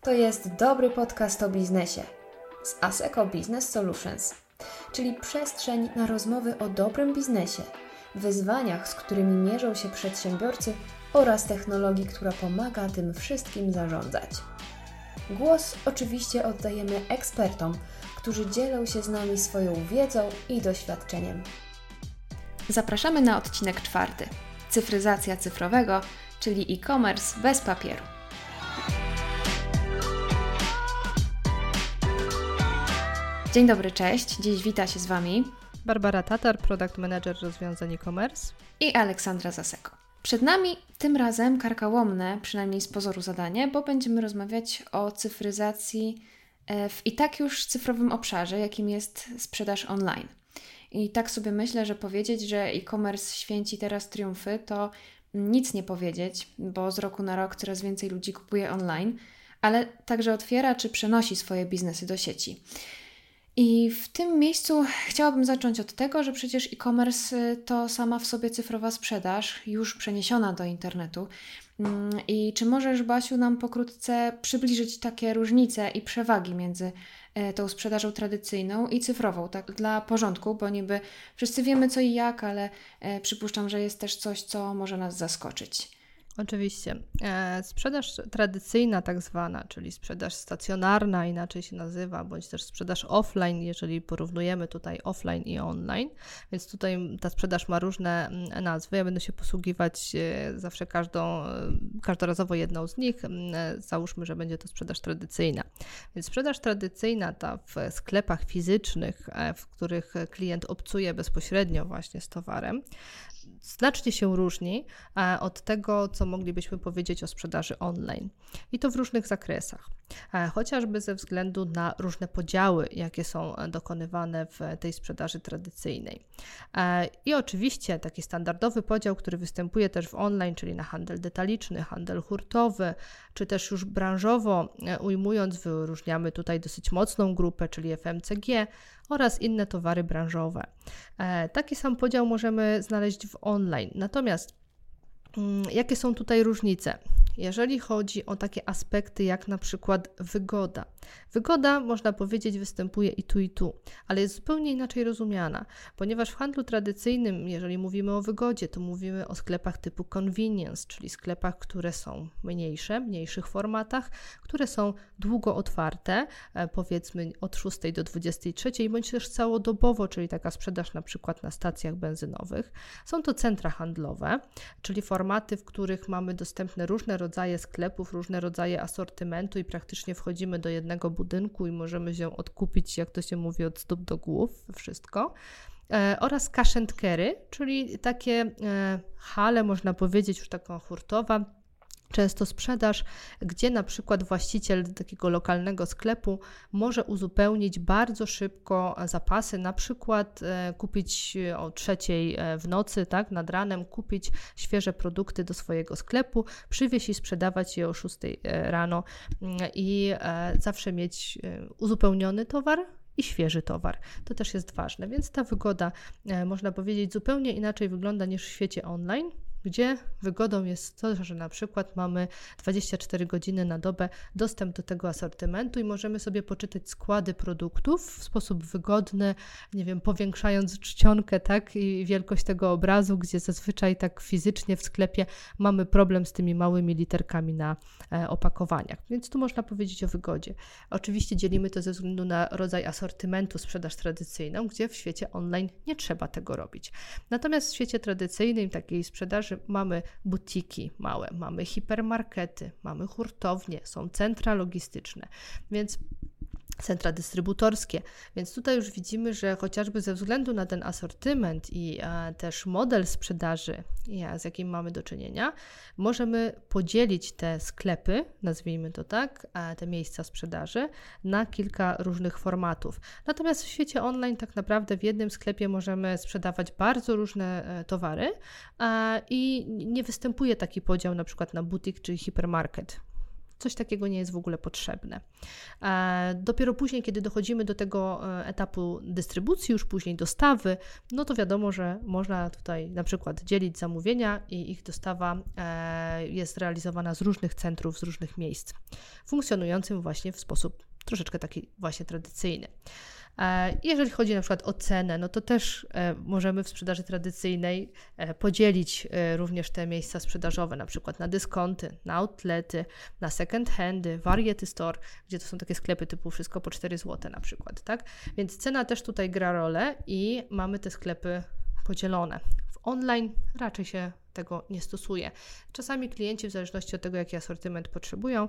To jest dobry podcast o biznesie z Asseco Business Solutions, czyli przestrzeń na rozmowy o dobrym biznesie, wyzwaniach, z którymi mierzą się przedsiębiorcy oraz technologii, która pomaga tym wszystkim zarządzać. Głos oczywiście oddajemy ekspertom, którzy dzielą się z nami swoją wiedzą i doświadczeniem. Zapraszamy na odcinek 4. Cyfryzacja cyfrowego, czyli e-commerce bez papieru. Dzień dobry, cześć. Dziś wita się z Wami Barbara Tatar, Product Manager rozwiązań e-commerce i Aleksandra z Asseco. Przed nami tym razem karkołomne, przynajmniej z pozoru zadanie, bo będziemy rozmawiać o cyfryzacji w i tak już cyfrowym obszarze, jakim jest sprzedaż online. I tak sobie myślę, że powiedzieć, że e-commerce święci teraz triumfy, to nic nie powiedzieć, bo z roku na rok coraz więcej ludzi kupuje online, ale także otwiera czy przenosi swoje biznesy do sieci. I w tym miejscu chciałabym zacząć od tego, że przecież e-commerce to sama w sobie cyfrowa sprzedaż, już przeniesiona do internetu. I czy możesz, Basiu, nam pokrótce przybliżyć takie różnice i przewagi między tą sprzedażą tradycyjną i cyfrową, tak dla porządku, bo niby wszyscy wiemy co i jak, ale przypuszczam, że jest też coś, co może nas zaskoczyć. Oczywiście. Sprzedaż tradycyjna tak zwana, czyli sprzedaż stacjonarna, inaczej się nazywa, bądź też sprzedaż offline, jeżeli porównujemy tutaj offline i online, więc tutaj ta sprzedaż ma różne nazwy. Ja będę się posługiwać zawsze każdorazowo jedną z nich. Załóżmy, że będzie to sprzedaż tradycyjna. Więc sprzedaż tradycyjna ta w sklepach fizycznych, w których klient obcuje bezpośrednio właśnie z towarem, znacznie się różni od tego, co moglibyśmy powiedzieć o sprzedaży online. I to w różnych zakresach. Chociażby ze względu na różne podziały, jakie są dokonywane w tej sprzedaży tradycyjnej. I oczywiście taki standardowy podział, który występuje też w online, czyli na handel detaliczny, handel hurtowy, czy też już branżowo ujmując, wyróżniamy tutaj dosyć mocną grupę, czyli FMCG oraz inne towary branżowe. Taki sam podział możemy znaleźć w online. Natomiast jakie są tutaj różnice? Jeżeli chodzi o takie aspekty jak na przykład wygoda. Wygoda, można powiedzieć, występuje i tu, ale jest zupełnie inaczej rozumiana, ponieważ w handlu tradycyjnym, jeżeli mówimy o wygodzie, to mówimy o sklepach typu convenience, czyli sklepach, które są mniejszych formatach, które są długo otwarte, powiedzmy od 6 do 23, bądź też całodobowo, czyli taka sprzedaż na przykład na stacjach benzynowych. Są to centra handlowe, czyli formaty, w których mamy dostępne różne rodzaje sklepów, różne rodzaje asortymentu i praktycznie wchodzimy do jednego budynku i możemy się odkupić, jak to się mówi, od stóp do głów, wszystko. Oraz cash and carry, czyli takie hale, można powiedzieć, już taka hurtowa, często sprzedaż, gdzie na przykład właściciel takiego lokalnego sklepu może uzupełnić bardzo szybko zapasy, na przykład kupić o 3 w nocy, tak, nad ranem, kupić świeże produkty do swojego sklepu, przywieźć i sprzedawać je o 6 rano i zawsze mieć uzupełniony towar i świeży towar. To też jest ważne, więc ta wygoda, można powiedzieć, zupełnie inaczej wygląda niż w świecie online, gdzie wygodą jest to, że na przykład mamy 24 godziny na dobę dostęp do tego asortymentu i możemy sobie poczytać składy produktów w sposób wygodny, nie wiem, powiększając czcionkę, tak, i wielkość tego obrazu, gdzie zazwyczaj tak fizycznie w sklepie mamy problem z tymi małymi literkami na opakowaniach. Więc tu można powiedzieć o wygodzie. Oczywiście dzielimy to ze względu na rodzaj asortymentu, sprzedaż tradycyjną, gdzie w świecie online nie trzeba tego robić. Natomiast w świecie tradycyjnym takiej sprzedaży mamy butiki małe, mamy hipermarkety, mamy hurtownie, są centra logistyczne, więc centra dystrybutorskie, więc tutaj już widzimy, że chociażby ze względu na ten asortyment i też model sprzedaży, z jakim mamy do czynienia, możemy podzielić te sklepy, nazwijmy to tak, te miejsca sprzedaży na kilka różnych formatów. Natomiast w świecie online tak naprawdę w jednym sklepie możemy sprzedawać bardzo różne towary i nie występuje taki podział na przykład na butik czy hipermarket. coś takiego nie jest w ogóle potrzebne. Dopiero później, kiedy dochodzimy do tego etapu dystrybucji, już później dostawy, no to wiadomo, że można tutaj na przykład dzielić zamówienia i ich dostawa jest realizowana z różnych centrów, z różnych miejsc, funkcjonującym właśnie w sposób troszeczkę taki właśnie tradycyjny. Jeżeli chodzi na przykład o cenę, no to też możemy w sprzedaży tradycyjnej podzielić również te miejsca sprzedażowe, na przykład na dyskonty, na outlety, na second handy, variety store, gdzie to są takie sklepy typu wszystko po 4 zł na przykład, tak? Więc cena też tutaj gra rolę i mamy te sklepy podzielone. W online raczej się tego nie stosuje. Czasami klienci, w zależności od tego, jaki asortyment potrzebują,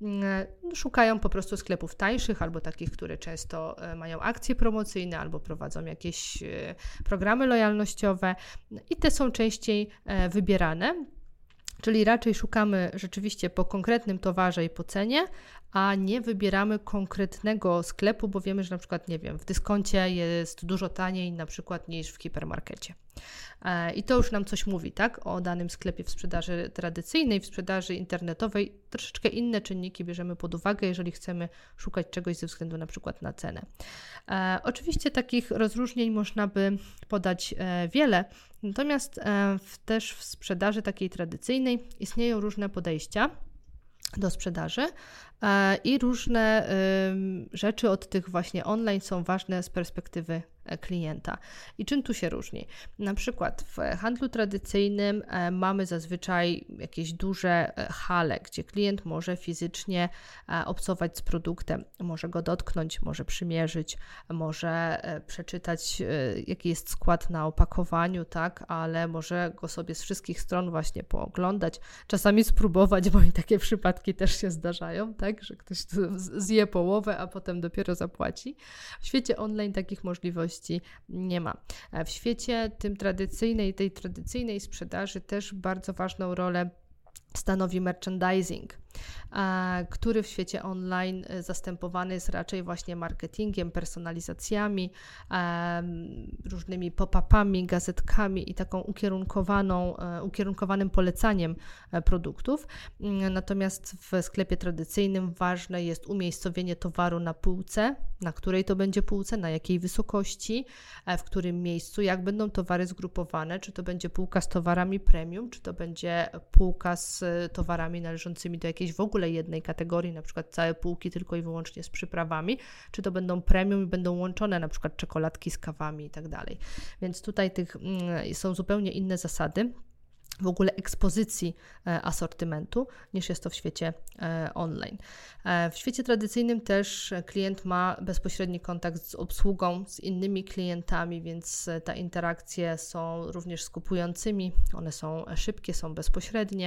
szukają po prostu sklepów tańszych albo takich, które często mają akcje promocyjne albo prowadzą jakieś programy lojalnościowe i te są częściej wybierane. Czyli raczej szukamy rzeczywiście po konkretnym towarze i po cenie, a nie wybieramy konkretnego sklepu, bo wiemy, że na przykład, nie wiem, w dyskoncie jest dużo taniej na przykład niż w hipermarkecie. I to już nam coś mówi, tak? O danym sklepie w sprzedaży tradycyjnej, w sprzedaży internetowej. Troszeczkę inne czynniki bierzemy pod uwagę, jeżeli chcemy szukać czegoś ze względu na przykład na cenę. Oczywiście takich rozróżnień można by podać wiele, natomiast też w sprzedaży takiej tradycyjnej istnieją różne podejścia do sprzedaży i różne rzeczy od tych właśnie online są ważne z perspektywy klienta. I czym tu się różni? Na przykład w handlu tradycyjnym mamy zazwyczaj jakieś duże hale, gdzie klient może fizycznie obcować z produktem, może go dotknąć, może przymierzyć, może przeczytać, jaki jest skład na opakowaniu, tak, ale może go sobie z wszystkich stron właśnie pooglądać, czasami spróbować, bo i takie przypadki też się zdarzają, tak, że ktoś zje połowę, a potem dopiero zapłaci. W świecie online takich możliwości nie ma. W świecie tym tej tradycyjnej sprzedaży też bardzo ważną rolę stanowi merchandising, który w świecie online zastępowany jest raczej właśnie marketingiem, personalizacjami, różnymi pop-upami, gazetkami i taką ukierunkowanym polecaniem produktów. Natomiast w sklepie tradycyjnym ważne jest umiejscowienie towaru na półce, na której to będzie półce, na jakiej wysokości, w którym miejscu, jak będą towary zgrupowane, czy to będzie półka z towarami premium, czy to będzie półka z towarami należącymi do jakiejś w ogóle jednej kategorii, na przykład całe półki tylko i wyłącznie z przyprawami, czy to będą premium i będą łączone na przykład czekoladki z kawami i tak dalej. Więc tutaj są zupełnie inne zasady w ogóle ekspozycji asortymentu, niż jest to w świecie online. W świecie tradycyjnym też klient ma bezpośredni kontakt z obsługą, z innymi klientami, więc te interakcje są również z kupującymi, one są szybkie, są bezpośrednie.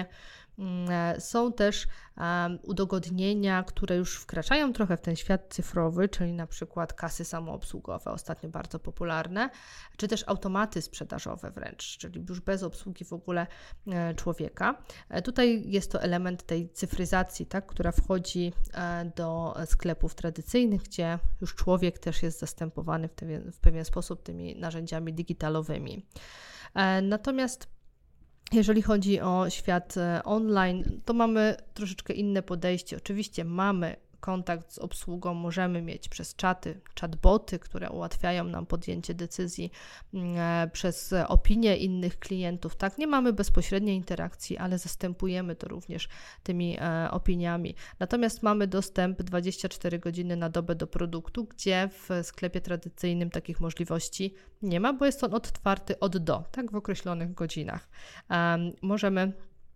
Są też udogodnienia, które już wkraczają trochę w ten świat cyfrowy, czyli na przykład kasy samoobsługowe, ostatnio bardzo popularne, czy też automaty sprzedażowe wręcz, czyli już bez obsługi w ogóle człowieka. Tutaj jest to element tej cyfryzacji, tak, która wchodzi do sklepów tradycyjnych, gdzie już człowiek też jest zastępowany w pewien sposób tymi narzędziami digitalowymi. Natomiast jeżeli chodzi o świat online, to mamy troszeczkę inne podejście. Oczywiście mamy kontakt z obsługą, możemy mieć przez chatboty, które ułatwiają nam podjęcie decyzji, przez opinie innych klientów. Tak, nie mamy bezpośredniej interakcji, ale zastępujemy to również tymi opiniami. Natomiast mamy dostęp 24 godziny na dobę do produktu, gdzie w sklepie tradycyjnym takich możliwości nie ma, bo jest on otwarty od do, tak, w określonych godzinach. Możemy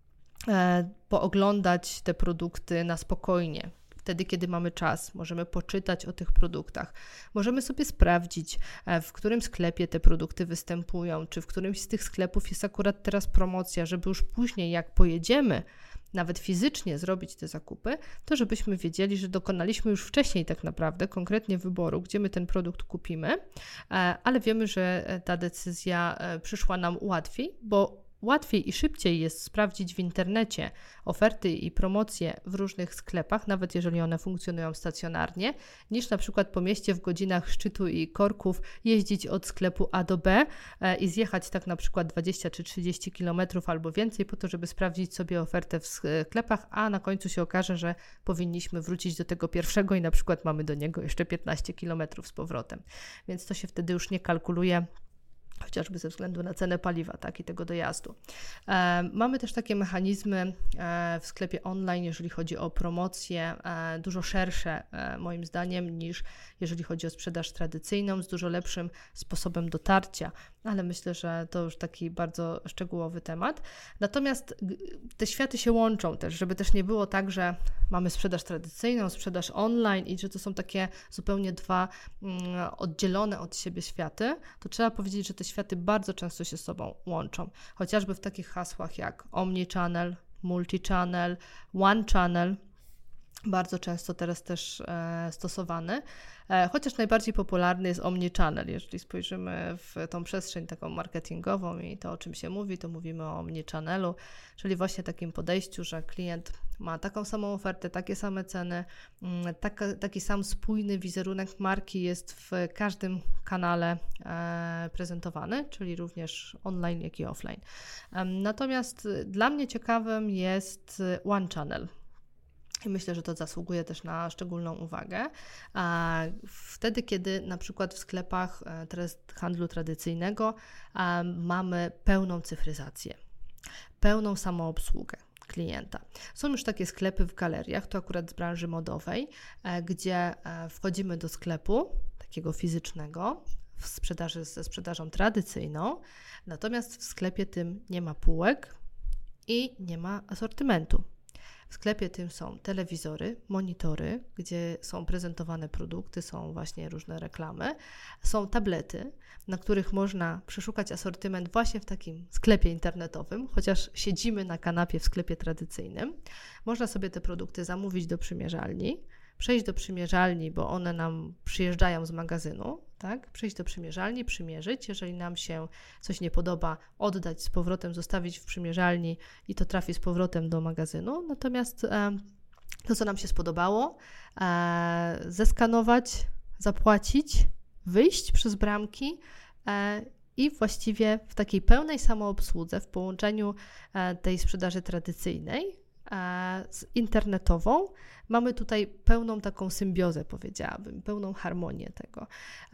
pooglądać te produkty na spokojnie. Wtedy, kiedy mamy czas, możemy poczytać o tych produktach, możemy sobie sprawdzić, w którym sklepie te produkty występują, czy w którymś z tych sklepów jest akurat teraz promocja, żeby już później, jak pojedziemy, nawet fizycznie zrobić te zakupy, to żebyśmy wiedzieli, że dokonaliśmy już wcześniej tak naprawdę konkretnie wyboru, gdzie my ten produkt kupimy, ale wiemy, że ta decyzja przyszła nam łatwiej, bo łatwiej i szybciej jest sprawdzić w internecie oferty i promocje w różnych sklepach, nawet jeżeli one funkcjonują stacjonarnie, niż na przykład po mieście w godzinach szczytu i korków jeździć od sklepu A do B i zjechać tak na przykład 20 czy 30 km albo więcej po to, żeby sprawdzić sobie ofertę w sklepach, a na końcu się okaże, że powinniśmy wrócić do tego pierwszego i na przykład mamy do niego jeszcze 15 km z powrotem. Więc to się wtedy już nie kalkuluje, chociażby ze względu na cenę paliwa, tak, i tego dojazdu. Mamy też takie mechanizmy w sklepie online, jeżeli chodzi o promocje, dużo szersze moim zdaniem niż jeżeli chodzi o sprzedaż tradycyjną, z dużo lepszym sposobem dotarcia, ale myślę, że to już taki bardzo szczegółowy temat. Natomiast te światy się łączą też, żeby też nie było tak, że mamy sprzedaż tradycyjną, sprzedaż online i że to są takie zupełnie dwa oddzielone od siebie światy, to trzeba powiedzieć, że te światy bardzo często się z sobą łączą. Chociażby w takich hasłach jak omnichannel, multichannel, one channel, bardzo często teraz też stosowany, chociaż najbardziej popularny jest omnichannel. Jeżeli spojrzymy w tą przestrzeń taką marketingową i to, o czym się mówi, to mówimy o omnichannelu, czyli właśnie takim podejściu, że klient ma taką samą ofertę, takie same ceny, taki sam spójny wizerunek marki jest w każdym kanale prezentowany, czyli również online, jak i offline. Natomiast dla mnie ciekawym jest one channel. I myślę, że to zasługuje też na szczególną uwagę. Wtedy, kiedy na przykład w sklepach handlu tradycyjnego mamy pełną cyfryzację, pełną samoobsługę klienta. Są już takie sklepy w galeriach, to akurat z branży modowej, gdzie wchodzimy do sklepu takiego fizycznego, ze sprzedażą tradycyjną, natomiast w sklepie tym nie ma półek i nie ma asortymentu. W sklepie tym są telewizory, monitory, gdzie są prezentowane produkty, są właśnie różne reklamy, są tablety, na których można przeszukać asortyment właśnie w takim sklepie internetowym, chociaż siedzimy na kanapie w sklepie tradycyjnym. Można sobie te produkty zamówić do przymierzalni, przejść do przymierzalni, bo one nam przyjeżdżają z magazynu, tak? Przejść do przymierzalni, przymierzyć, jeżeli nam się coś nie podoba, oddać z powrotem, zostawić w przymierzalni i to trafi z powrotem do magazynu. Natomiast to, co nam się spodobało, zeskanować, zapłacić, wyjść przez bramki i właściwie w takiej pełnej samoobsłudze, w połączeniu tej sprzedaży tradycyjnej z internetową, mamy tutaj pełną taką symbiozę, powiedziałabym, pełną harmonię tego.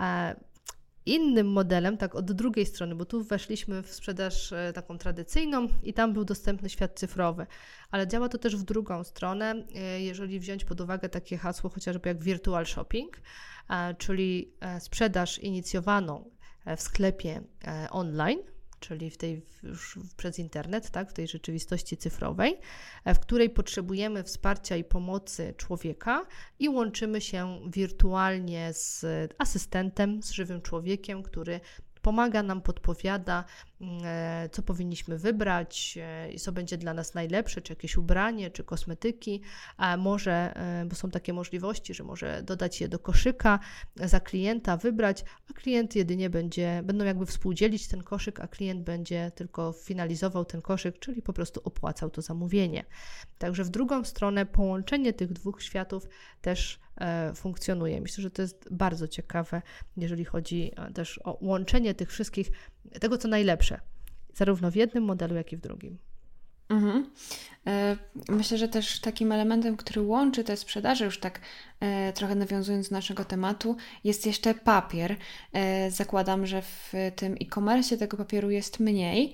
Innym modelem, tak od drugiej strony, bo tu weszliśmy w sprzedaż taką tradycyjną i tam był dostępny świat cyfrowy, ale działa to też w drugą stronę, jeżeli wziąć pod uwagę takie hasło chociażby jak virtual shopping, czyli sprzedaż inicjowaną w sklepie online, czyli już przez internet, tak, w tej rzeczywistości cyfrowej, w której potrzebujemy wsparcia i pomocy człowieka i łączymy się wirtualnie z asystentem, z żywym człowiekiem, który pomaga nam, podpowiada, co powinniśmy wybrać, co będzie dla nas najlepsze, czy jakieś ubranie, czy kosmetyki, a może, bo są takie możliwości, że może dodać je do koszyka, za klienta wybrać, a klient jedynie będą jakby współdzielić ten koszyk, a klient będzie tylko finalizował ten koszyk, czyli po prostu opłacał to zamówienie. Także w drugą stronę połączenie tych dwóch światów też funkcjonuje. Myślę, że to jest bardzo ciekawe, jeżeli chodzi też o łączenie tych wszystkich, tego co najlepsze, zarówno w jednym modelu, jak i w drugim. Mhm. Myślę, że też takim elementem, który łączy te sprzedaże, już tak trochę nawiązując do naszego tematu, jest jeszcze papier. Zakładam, że w tym e-commerce tego papieru jest mniej,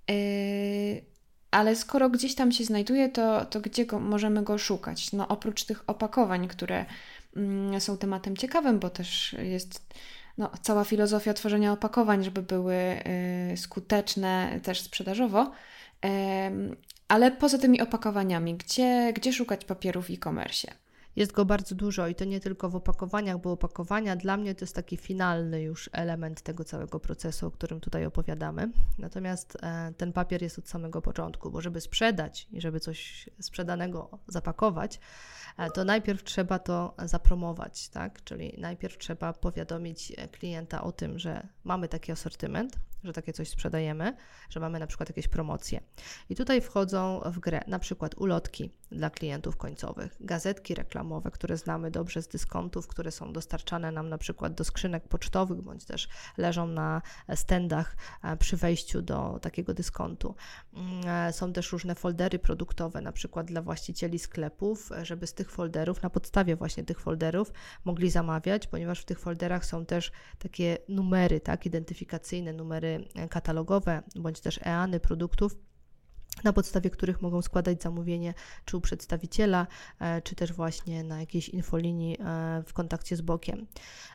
ale skoro gdzieś tam się znajduje, to gdzie możemy go szukać? No, oprócz tych opakowań, które są tematem ciekawym, bo też jest cała filozofia tworzenia opakowań, żeby były skuteczne też sprzedażowo, ale poza tymi opakowaniami, gdzie szukać papieru w e-commerce? Jest go bardzo dużo i to nie tylko w opakowaniach, bo opakowania dla mnie to jest taki finalny już element tego całego procesu, o którym tutaj opowiadamy. Natomiast ten papier jest od samego początku, bo żeby sprzedać i żeby coś sprzedanego zapakować, to najpierw trzeba to zapromować, tak? Czyli najpierw trzeba powiadomić klienta o tym, że mamy taki asortyment, że takie coś sprzedajemy, że mamy na przykład jakieś promocje. I tutaj wchodzą w grę na przykład ulotki dla klientów końcowych, gazetki reklamowe, które znamy dobrze z dyskontów, które są dostarczane nam na przykład do skrzynek pocztowych, bądź też leżą na standach przy wejściu do takiego dyskontu. Są też różne foldery produktowe, na przykład dla właścicieli sklepów, żeby z tych folderów, na podstawie właśnie tych folderów mogli zamawiać, ponieważ w tych folderach są też takie numery, tak, identyfikacyjne, numery katalogowe, bądź też EAN-y produktów, na podstawie których mogą składać zamówienie czy u przedstawiciela, czy też właśnie na jakiejś infolinii w kontakcie z bokiem.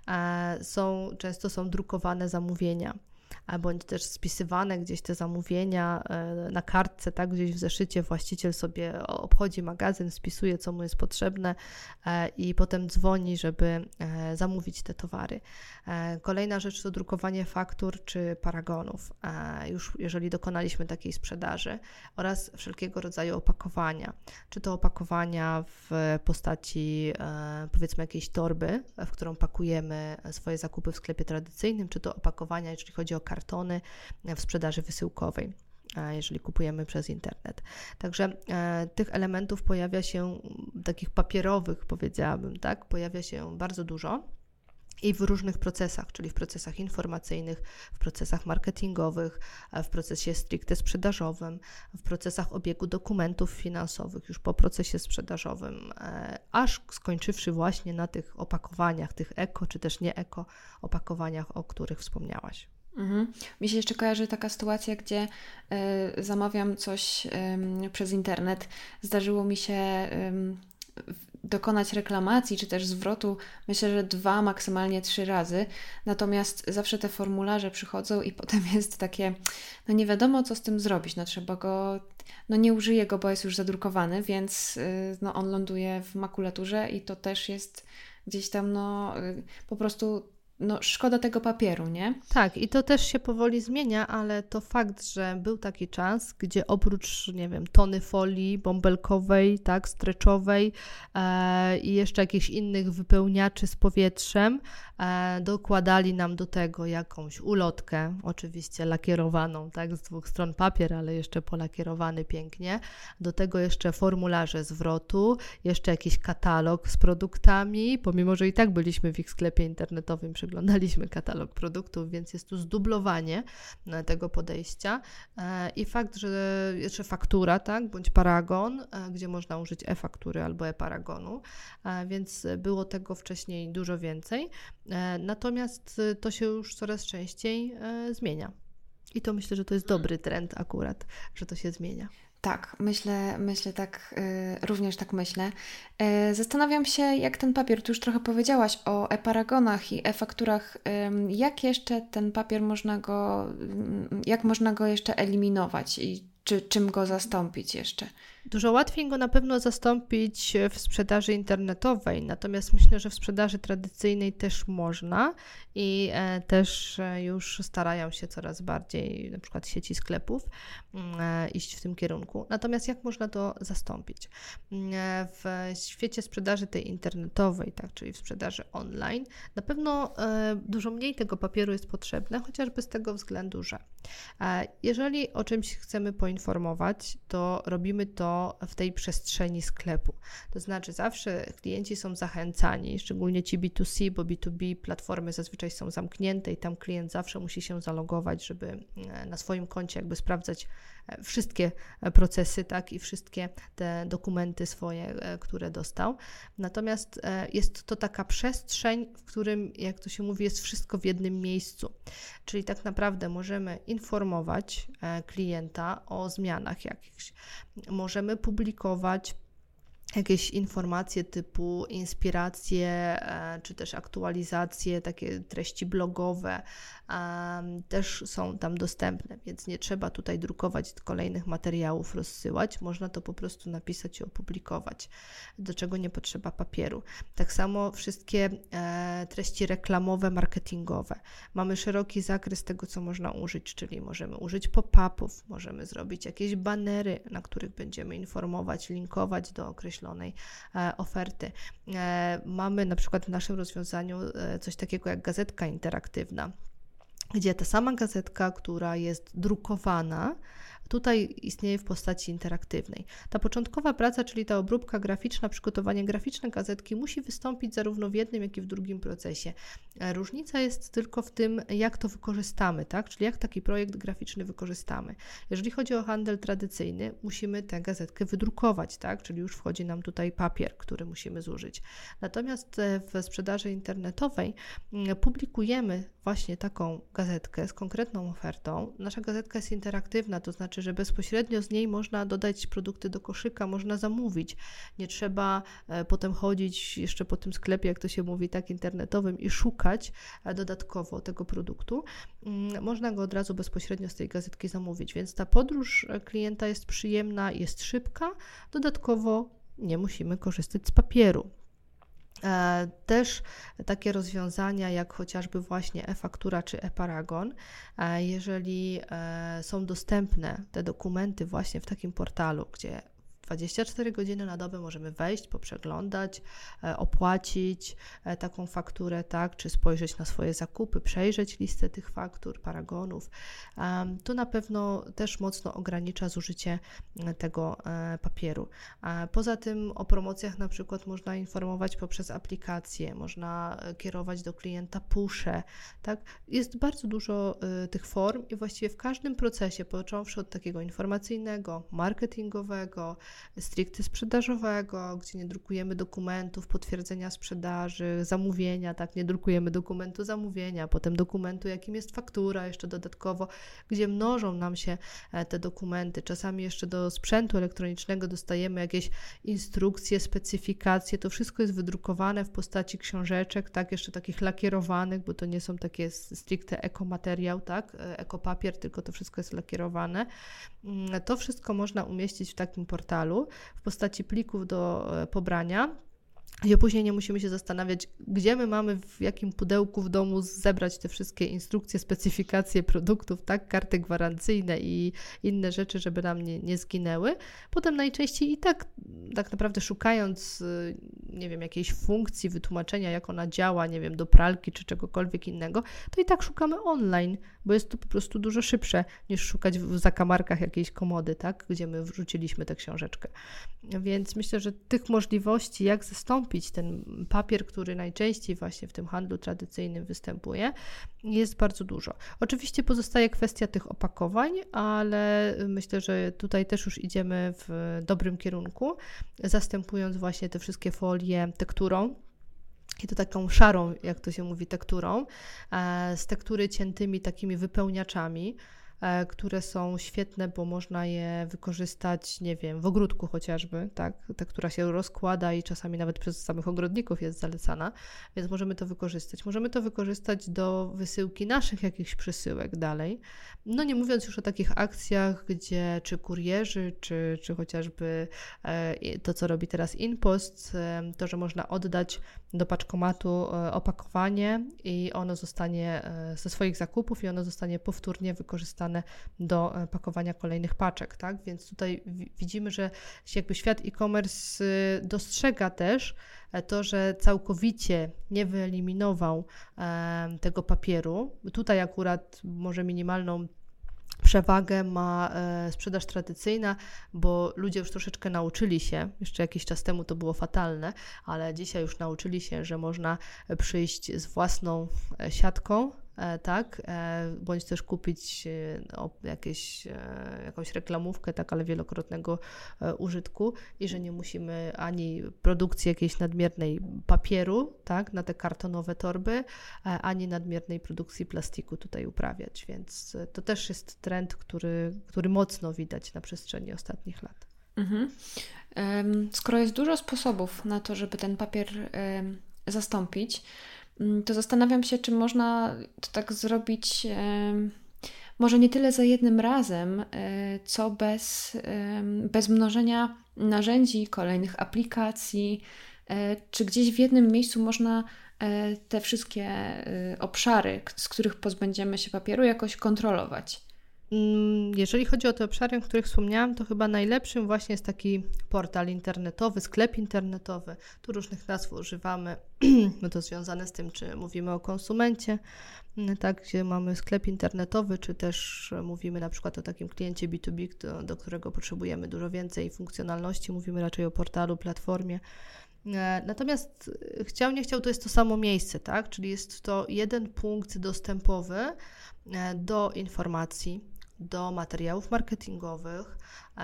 Często są drukowane zamówienia, bądź też spisywane gdzieś te zamówienia na kartce, tak, gdzieś w zeszycie właściciel sobie obchodzi magazyn, spisuje, co mu jest potrzebne i potem dzwoni, żeby zamówić te towary. Kolejna rzecz to drukowanie faktur czy paragonów, już jeżeli dokonaliśmy takiej sprzedaży, oraz wszelkiego rodzaju opakowania. Czy to opakowania w postaci powiedzmy jakiejś torby, w którą pakujemy swoje zakupy w sklepie tradycyjnym, czy to opakowania, jeżeli chodzi o kartony w sprzedaży wysyłkowej, jeżeli kupujemy przez internet. Także tych elementów pojawia się, takich papierowych powiedziałabym, tak, pojawia się bardzo dużo. I w różnych procesach, czyli w procesach informacyjnych, w procesach marketingowych, w procesie stricte sprzedażowym, w procesach obiegu dokumentów finansowych, już po procesie sprzedażowym, aż skończywszy właśnie na tych opakowaniach, tych eko czy też nie eko opakowaniach, o których wspomniałaś. Mi się jeszcze kojarzy taka sytuacja, gdzie zamawiam coś przez internet. Zdarzyło mi się dokonać reklamacji, czy też zwrotu, myślę, że 2, maksymalnie 3 razy. Natomiast zawsze te formularze przychodzą i potem jest takie, no nie wiadomo, co z tym zrobić. No trzeba go, no nie użyję go, bo jest już zadrukowany, więc no on ląduje w makulaturze i to też jest gdzieś tam, no po prostu no szkoda tego papieru, nie? Tak, i to też się powoli zmienia, ale to fakt, że był taki czas, gdzie oprócz, nie wiem, tony folii bąbelkowej, tak, streczowej i jeszcze jakichś innych wypełniaczy z powietrzem, dokładali nam do tego jakąś ulotkę, oczywiście lakierowaną, tak, z 2 stron papier, ale jeszcze polakierowany pięknie, do tego jeszcze formularze zwrotu, jeszcze jakiś katalog z produktami, pomimo, że i tak byliśmy w ich sklepie internetowym, przeglądaliśmy katalog produktów, więc jest tu zdublowanie tego podejścia i fakt, że jeszcze faktura, tak, bądź paragon, gdzie można użyć e-faktury albo e-paragonu, więc było tego wcześniej dużo więcej, natomiast to się już coraz częściej zmienia i to myślę, że to jest dobry trend akurat, że to się zmienia. Tak, myślę tak, również tak myślę. Zastanawiam się, jak ten papier, tu już trochę powiedziałaś o e-paragonach i e-fakturach, jak jeszcze ten papier jak można go jeszcze eliminować i czym go zastąpić jeszcze? Dużo łatwiej go na pewno zastąpić w sprzedaży internetowej, natomiast myślę, że w sprzedaży tradycyjnej też można i też już starają się coraz bardziej, na przykład sieci sklepów, iść w tym kierunku. Natomiast jak można to zastąpić? W świecie sprzedaży tej internetowej, tak, czyli w sprzedaży online, na pewno dużo mniej tego papieru jest potrzebne, chociażby z tego względu, że jeżeli o czymś chcemy poinformować, to robimy to w tej przestrzeni sklepu. To znaczy zawsze klienci są zachęcani, szczególnie ci B2C, bo B2B platformy zazwyczaj są zamknięte i tam klient zawsze musi się zalogować, żeby na swoim koncie jakby sprawdzać wszystkie procesy, tak, i wszystkie te dokumenty swoje, które dostał. Natomiast jest to taka przestrzeń, w którym, jak to się mówi, jest wszystko w jednym miejscu. Czyli tak naprawdę możemy informować klienta o zmianach jakichś. Możemy publikować jakieś informacje typu inspiracje, czy też aktualizacje, takie treści blogowe też są tam dostępne, więc nie trzeba tutaj drukować kolejnych materiałów, rozsyłać, można to po prostu napisać i opublikować, do czego nie potrzeba papieru. Tak samo wszystkie treści reklamowe, marketingowe. Mamy szeroki zakres tego, co można użyć, czyli możemy użyć pop-upów, możemy zrobić jakieś banery, na których będziemy informować, linkować do określonej oferty. Mamy na przykład w naszym rozwiązaniu coś takiego jak gazetka interaktywna, gdzie ta sama gazetka, która jest drukowana, tutaj istnieje w postaci interaktywnej. Ta początkowa praca, czyli ta obróbka graficzna, przygotowanie graficzne gazetki musi wystąpić zarówno w jednym, jak i w drugim procesie. Różnica jest tylko w tym, jak to wykorzystamy, tak? Czyli jak taki projekt graficzny wykorzystamy. Jeżeli chodzi o handel tradycyjny, musimy tę gazetkę wydrukować, tak? Czyli już wchodzi nam tutaj papier, który musimy zużyć. Natomiast w sprzedaży internetowej publikujemy właśnie taką gazetkę z konkretną ofertą. Nasza gazetka jest interaktywna, to znaczy, że bezpośrednio z niej można dodać produkty do koszyka, można zamówić. Nie trzeba potem chodzić jeszcze po tym sklepie, jak to się mówi, tak internetowym i szukać dodatkowo tego produktu. Można go od razu bezpośrednio z tej gazetki zamówić, więc ta podróż klienta jest przyjemna, jest szybka. Dodatkowo nie musimy korzystać z papieru. Też takie rozwiązania jak chociażby właśnie e-faktura czy e-paragon, jeżeli są dostępne te dokumenty właśnie w takim portalu, gdzie 24 godziny na dobę możemy wejść, poprzeglądać, opłacić taką fakturę, tak, czy spojrzeć na swoje zakupy, przejrzeć listę tych faktur, paragonów. To na pewno też mocno ogranicza zużycie tego papieru. Poza tym o promocjach na przykład można informować poprzez aplikacje, można kierować do klienta pusze, tak. Jest bardzo dużo tych form i właściwie w każdym procesie, począwszy od takiego informacyjnego, marketingowego, stricte sprzedażowego, gdzie nie drukujemy dokumentów, potwierdzenia sprzedaży, zamówienia, tak, nie drukujemy dokumentu zamówienia, potem dokumentu, jakim jest faktura, jeszcze dodatkowo, gdzie mnożą nam się te dokumenty. Czasami jeszcze do sprzętu elektronicznego dostajemy jakieś instrukcje, specyfikacje, to wszystko jest wydrukowane w postaci książeczek, tak, jeszcze takich lakierowanych, bo to nie są takie stricte ekomateriał, tak, ekopapier, tylko to wszystko jest lakierowane. To wszystko można umieścić w takim portalu w postaci plików do pobrania, gdzie później nie musimy się zastanawiać, gdzie my mamy, w jakim pudełku w domu zebrać te wszystkie instrukcje, specyfikacje produktów, tak, karty gwarancyjne i inne rzeczy, żeby nam nie zginęły. Potem najczęściej i tak naprawdę szukając, nie wiem, jakiejś funkcji, wytłumaczenia, jak ona działa, nie wiem, do pralki czy czegokolwiek innego, to i tak szukamy online, bo jest to po prostu dużo szybsze niż szukać w zakamarkach jakiejś komody, tak, gdzie my wrzuciliśmy tę książeczkę. Więc myślę, że tych możliwości, jak zastąpić ten papier, który najczęściej właśnie w tym handlu tradycyjnym występuje, jest bardzo dużo. Oczywiście pozostaje kwestia tych opakowań, ale myślę, że tutaj też już idziemy w dobrym kierunku, zastępując właśnie te wszystkie folie tekturą, i to taką szarą, jak to się mówi, tekturą, z tektury ciętymi takimi wypełniaczami, które są świetne, bo można je wykorzystać, nie wiem, w ogródku chociażby, tak, ta, która się rozkłada i czasami nawet przez samych ogrodników jest zalecana, więc możemy to wykorzystać. Możemy to wykorzystać do wysyłki naszych jakichś przesyłek dalej, no nie mówiąc już o takich akcjach, gdzie czy kurierzy, czy chociażby to, co robi teraz InPost, to, że można oddać do paczkomatu opakowanie i ono zostanie ze swoich zakupów i ono zostanie powtórnie wykorzystane do pakowania kolejnych paczek, tak? Więc tutaj widzimy, że jakby świat e-commerce dostrzega też to, że całkowicie nie wyeliminował tego papieru. Tutaj akurat może minimalną przewagę ma sprzedaż tradycyjna, bo ludzie już troszeczkę nauczyli się, jeszcze jakiś czas temu to było fatalne, ale dzisiaj już nauczyli się, że można przyjść z własną siatką, tak, bądź też kupić jakąś reklamówkę, tak, ale wielokrotnego użytku i że nie musimy ani produkcji jakiejś nadmiernej papieru, tak, na te kartonowe torby, ani nadmiernej produkcji plastiku tutaj uprawiać, więc to też jest trend, który mocno widać na przestrzeni ostatnich lat. Mhm. Skoro jest dużo sposobów na to, żeby ten papier zastąpić, to zastanawiam się, czy można to tak zrobić może nie tyle za jednym razem, co bez mnożenia narzędzi, kolejnych aplikacji, czy gdzieś w jednym miejscu można te wszystkie obszary, z których pozbędziemy się papieru, jakoś kontrolować. Jeżeli chodzi o te obszary, o których wspomniałam, to chyba najlepszym właśnie jest taki portal internetowy, sklep internetowy. Tu różnych nazw używamy, no to związane z tym, czy mówimy o konsumencie, tak, gdzie mamy sklep internetowy, czy też mówimy na przykład o takim kliencie B2B, do którego potrzebujemy dużo więcej funkcjonalności, mówimy raczej o portalu, platformie. Natomiast chciał, nie chciał, to jest to samo miejsce, tak? Czyli jest to jeden punkt dostępowy do informacji, do materiałów marketingowych,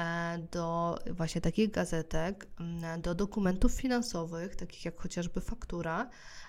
do właśnie takich gazetek, do dokumentów finansowych, takich jak chociażby faktura,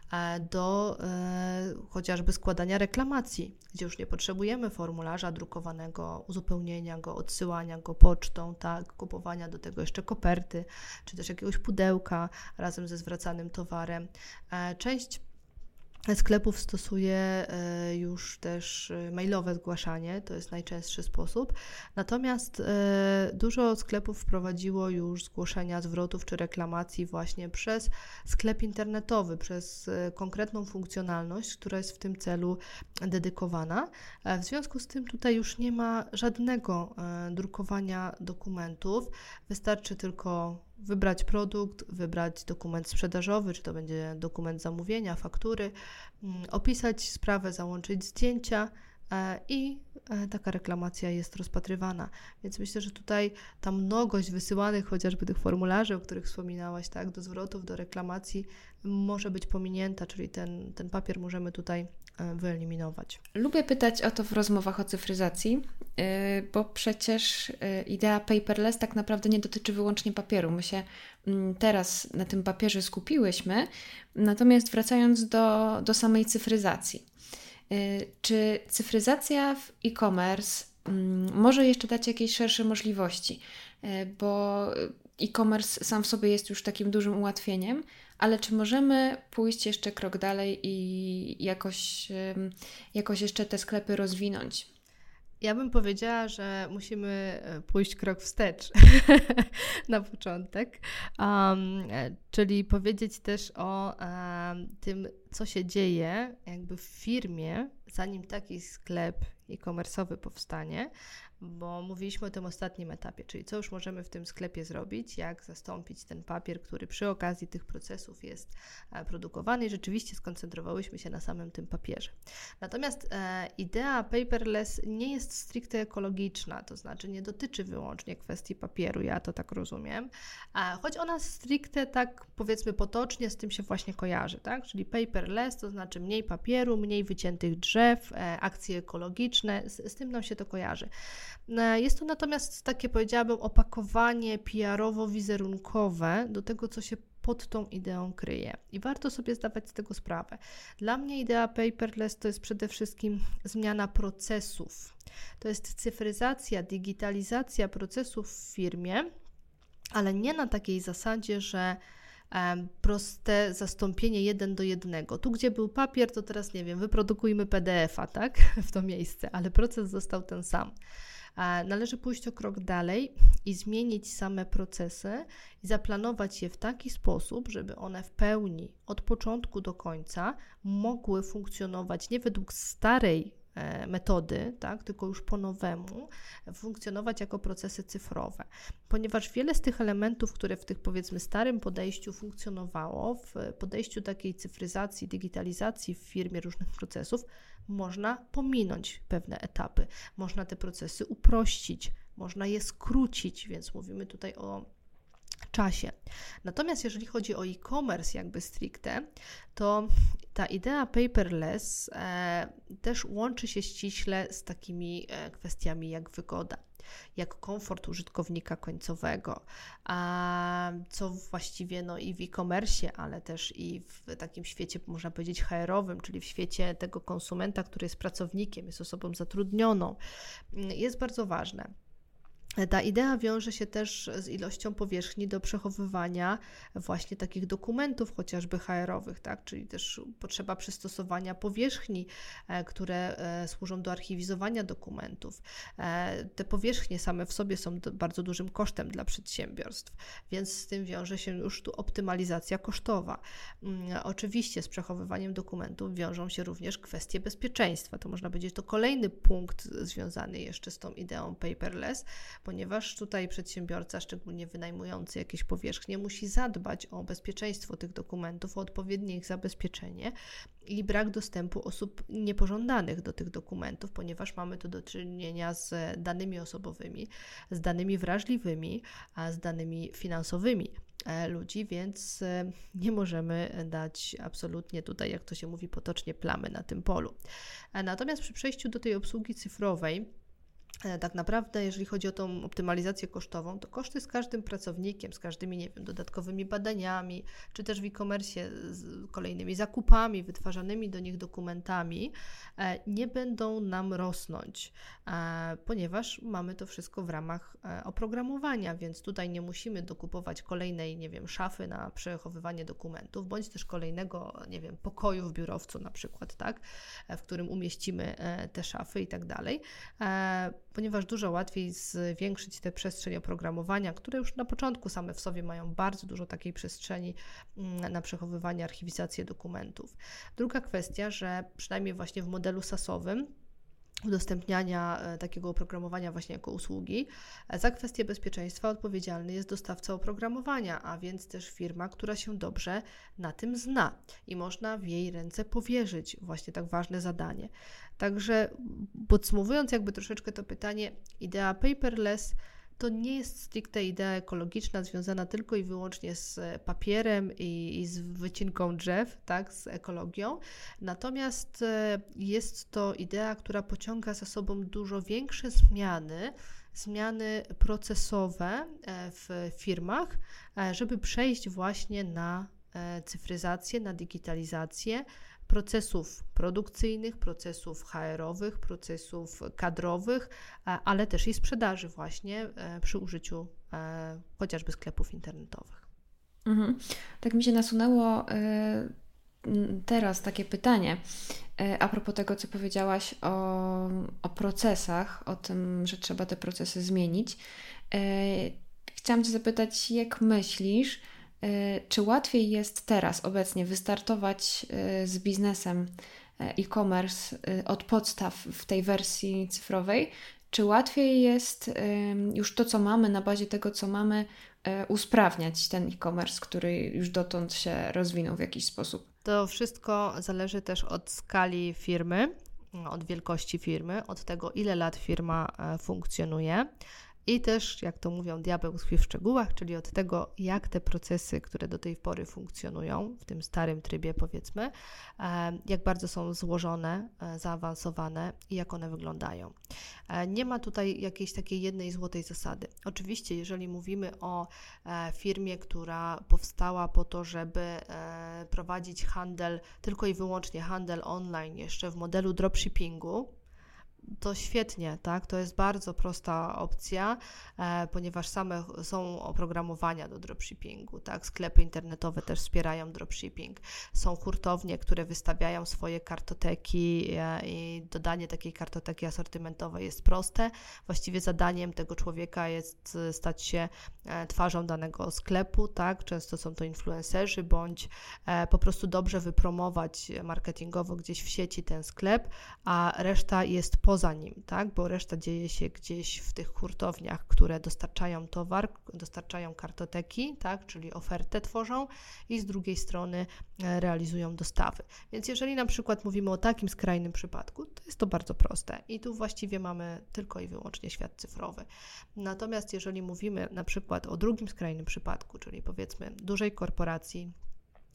do chociażby składania reklamacji, gdzie już nie potrzebujemy formularza drukowanego, uzupełnienia go, odsyłania go pocztą, tak, kupowania do tego jeszcze koperty, czy też jakiegoś pudełka razem ze zwracanym towarem. Część sklepów stosuje już też mailowe zgłaszanie, to jest najczęstszy sposób. Natomiast dużo sklepów wprowadziło już zgłoszenia zwrotów czy reklamacji właśnie przez sklep internetowy, przez konkretną funkcjonalność, która jest w tym celu dedykowana. W związku z tym tutaj już nie ma żadnego drukowania dokumentów, wystarczy tylko wybrać produkt, wybrać dokument sprzedażowy, czy to będzie dokument zamówienia, faktury, opisać sprawę, załączyć zdjęcia i taka reklamacja jest rozpatrywana. Więc myślę, że tutaj ta mnogość wysyłanych chociażby tych formularzy, o których wspominałaś, tak, do zwrotów, do reklamacji może być pominięta, czyli ten papier możemy tutaj wyeliminować. Lubię pytać o to w rozmowach o cyfryzacji, bo przecież idea paperless tak naprawdę nie dotyczy wyłącznie papieru. My się teraz na tym papierze skupiłyśmy, natomiast wracając do samej cyfryzacji. Czy cyfryzacja w e-commerce może jeszcze dać jakieś szersze możliwości? Bo e-commerce sam w sobie jest już takim dużym ułatwieniem, ale czy możemy pójść jeszcze krok dalej i jakoś jeszcze te sklepy rozwinąć? Ja bym powiedziała, że musimy pójść krok wstecz na początek, czyli powiedzieć też o tym, co się dzieje jakby w firmie, zanim taki sklep e-commerce'owy powstanie, bo mówiliśmy o tym ostatnim etapie, czyli co już możemy w tym sklepie zrobić, jak zastąpić ten papier, który przy okazji tych procesów jest produkowany i rzeczywiście skoncentrowałyśmy się na samym tym papierze. Natomiast idea paperless nie jest stricte ekologiczna, to znaczy nie dotyczy wyłącznie kwestii papieru, ja to tak rozumiem, choć ona stricte tak powiedzmy potocznie z tym się właśnie kojarzy, tak? Czyli paperless to znaczy mniej papieru, mniej wyciętych drzew, akcje ekologiczne, z tym nam się to kojarzy. Jest to natomiast takie, powiedziałabym, opakowanie PR-owo-wizerunkowe do tego, co się pod tą ideą kryje. I warto sobie zdawać z tego sprawę. Dla mnie idea paperless to jest przede wszystkim zmiana procesów. To jest cyfryzacja, digitalizacja procesów w firmie, ale nie na takiej zasadzie, że proste zastąpienie 1:1. Tu, gdzie był papier, to teraz, nie wiem, wyprodukujmy PDF-a, tak? W to miejsce, ale proces został ten sam. Należy pójść o krok dalej i zmienić same procesy i zaplanować je w taki sposób, żeby one w pełni od początku do końca mogły funkcjonować nie według starej metody, tak, tylko już po nowemu, funkcjonować jako procesy cyfrowe. Ponieważ wiele z tych elementów, które w tych powiedzmy starym podejściu funkcjonowało, w podejściu takiej cyfryzacji, digitalizacji w firmie różnych procesów, można pominąć pewne etapy, można te procesy uprościć, można je skrócić, więc mówimy tutaj o czasie. Natomiast jeżeli chodzi o e-commerce jakby stricte, to ta idea paperless też łączy się ściśle z takimi kwestiami jak wygoda, jak komfort użytkownika końcowego, co właściwie i w e-commerce, ale też i w takim świecie, można powiedzieć, HR-owym, czyli w świecie tego konsumenta, który jest pracownikiem, jest osobą zatrudnioną, jest bardzo ważne. Ta idea wiąże się też z ilością powierzchni do przechowywania właśnie takich dokumentów, chociażby HR-owych, tak? Czyli też potrzeba przystosowania powierzchni, które służą do archiwizowania dokumentów. Te powierzchnie same w sobie są bardzo dużym kosztem dla przedsiębiorstw, więc z tym wiąże się już tu optymalizacja kosztowa. Oczywiście z przechowywaniem dokumentów wiążą się również kwestie bezpieczeństwa. To można powiedzieć, to kolejny punkt związany jeszcze z tą ideą paperless, ponieważ tutaj przedsiębiorca, szczególnie wynajmujący jakieś powierzchnie, musi zadbać o bezpieczeństwo tych dokumentów, o odpowiednie ich zabezpieczenie i brak dostępu osób niepożądanych do tych dokumentów, ponieważ mamy tu do czynienia z danymi osobowymi, z danymi wrażliwymi, a z danymi finansowymi ludzi, więc nie możemy dać absolutnie tutaj, jak to się mówi potocznie, plamy na tym polu. Natomiast przy przejściu do tej obsługi cyfrowej, tak naprawdę, jeżeli chodzi o tą optymalizację kosztową, to koszty z każdym pracownikiem, z każdymi, nie wiem, dodatkowymi badaniami, czy też w e-commerce z kolejnymi zakupami, wytwarzanymi do nich dokumentami, nie będą nam rosnąć, ponieważ mamy to wszystko w ramach oprogramowania, więc tutaj nie musimy dokupować kolejnej, nie wiem, szafy na przechowywanie dokumentów, bądź też kolejnego, nie wiem, pokoju w biurowcu na przykład, tak, w którym umieścimy te szafy i tak dalej, ponieważ dużo łatwiej zwiększyć tę przestrzeń oprogramowania, które już na początku same w sobie mają bardzo dużo takiej przestrzeni na przechowywanie, archiwizację dokumentów. Druga kwestia, że przynajmniej właśnie w modelu SaaS-owym udostępniania takiego oprogramowania właśnie jako usługi, za kwestię bezpieczeństwa odpowiedzialny jest dostawca oprogramowania, a więc też firma, która się dobrze na tym zna i można w jej ręce powierzyć właśnie tak ważne zadanie. Także podsumowując jakby troszeczkę to pytanie, idea paperless to nie jest stricte idea ekologiczna związana tylko i wyłącznie z papierem i z wycinką drzew, tak, z ekologią. Natomiast jest to idea, która pociąga za sobą dużo większe zmiany procesowe w firmach, żeby przejść właśnie na cyfryzację, na digitalizację procesów produkcyjnych, procesów HR-owych, procesów kadrowych, ale też i sprzedaży właśnie przy użyciu chociażby sklepów internetowych. Tak mi się nasunęło teraz takie pytanie a propos tego, co powiedziałaś o procesach, o tym, że trzeba te procesy zmienić. Chciałam Cię zapytać, jak myślisz, czy łatwiej jest teraz obecnie wystartować z biznesem e-commerce od podstaw w tej wersji cyfrowej, czy łatwiej jest już to, co mamy, na bazie tego, co mamy, usprawniać ten e-commerce, który już dotąd się rozwinął w jakiś sposób? To wszystko zależy też od skali firmy, od wielkości firmy, od tego, ile lat firma funkcjonuje. I też, jak to mówią, diabeł tkwi w szczegółach, czyli od tego, jak te procesy, które do tej pory funkcjonują, w tym starym trybie powiedzmy, jak bardzo są złożone, zaawansowane i jak one wyglądają. Nie ma tutaj jakiejś takiej jednej złotej zasady. Oczywiście, jeżeli mówimy o firmie, która powstała po to, żeby prowadzić handel, tylko i wyłącznie handel online, jeszcze w modelu dropshippingu, to świetnie, tak? To jest bardzo prosta opcja, ponieważ same są oprogramowania do dropshippingu, tak? Sklepy internetowe też wspierają dropshipping. Są hurtownie, które wystawiają swoje kartoteki i dodanie takiej kartoteki asortymentowej jest proste. Właściwie zadaniem tego człowieka jest stać się twarzą danego sklepu, tak? Często są to influencerzy, bądź po prostu dobrze wypromować marketingowo gdzieś w sieci ten sklep, a reszta jest poza nim, tak? Bo reszta dzieje się gdzieś w tych hurtowniach, które dostarczają towar, dostarczają kartoteki, tak? Czyli ofertę tworzą i z drugiej strony realizują dostawy. Więc jeżeli na przykład mówimy o takim skrajnym przypadku, to jest to bardzo proste i tu właściwie mamy tylko i wyłącznie świat cyfrowy. Natomiast jeżeli mówimy na przykład o drugim skrajnym przypadku, czyli powiedzmy dużej korporacji,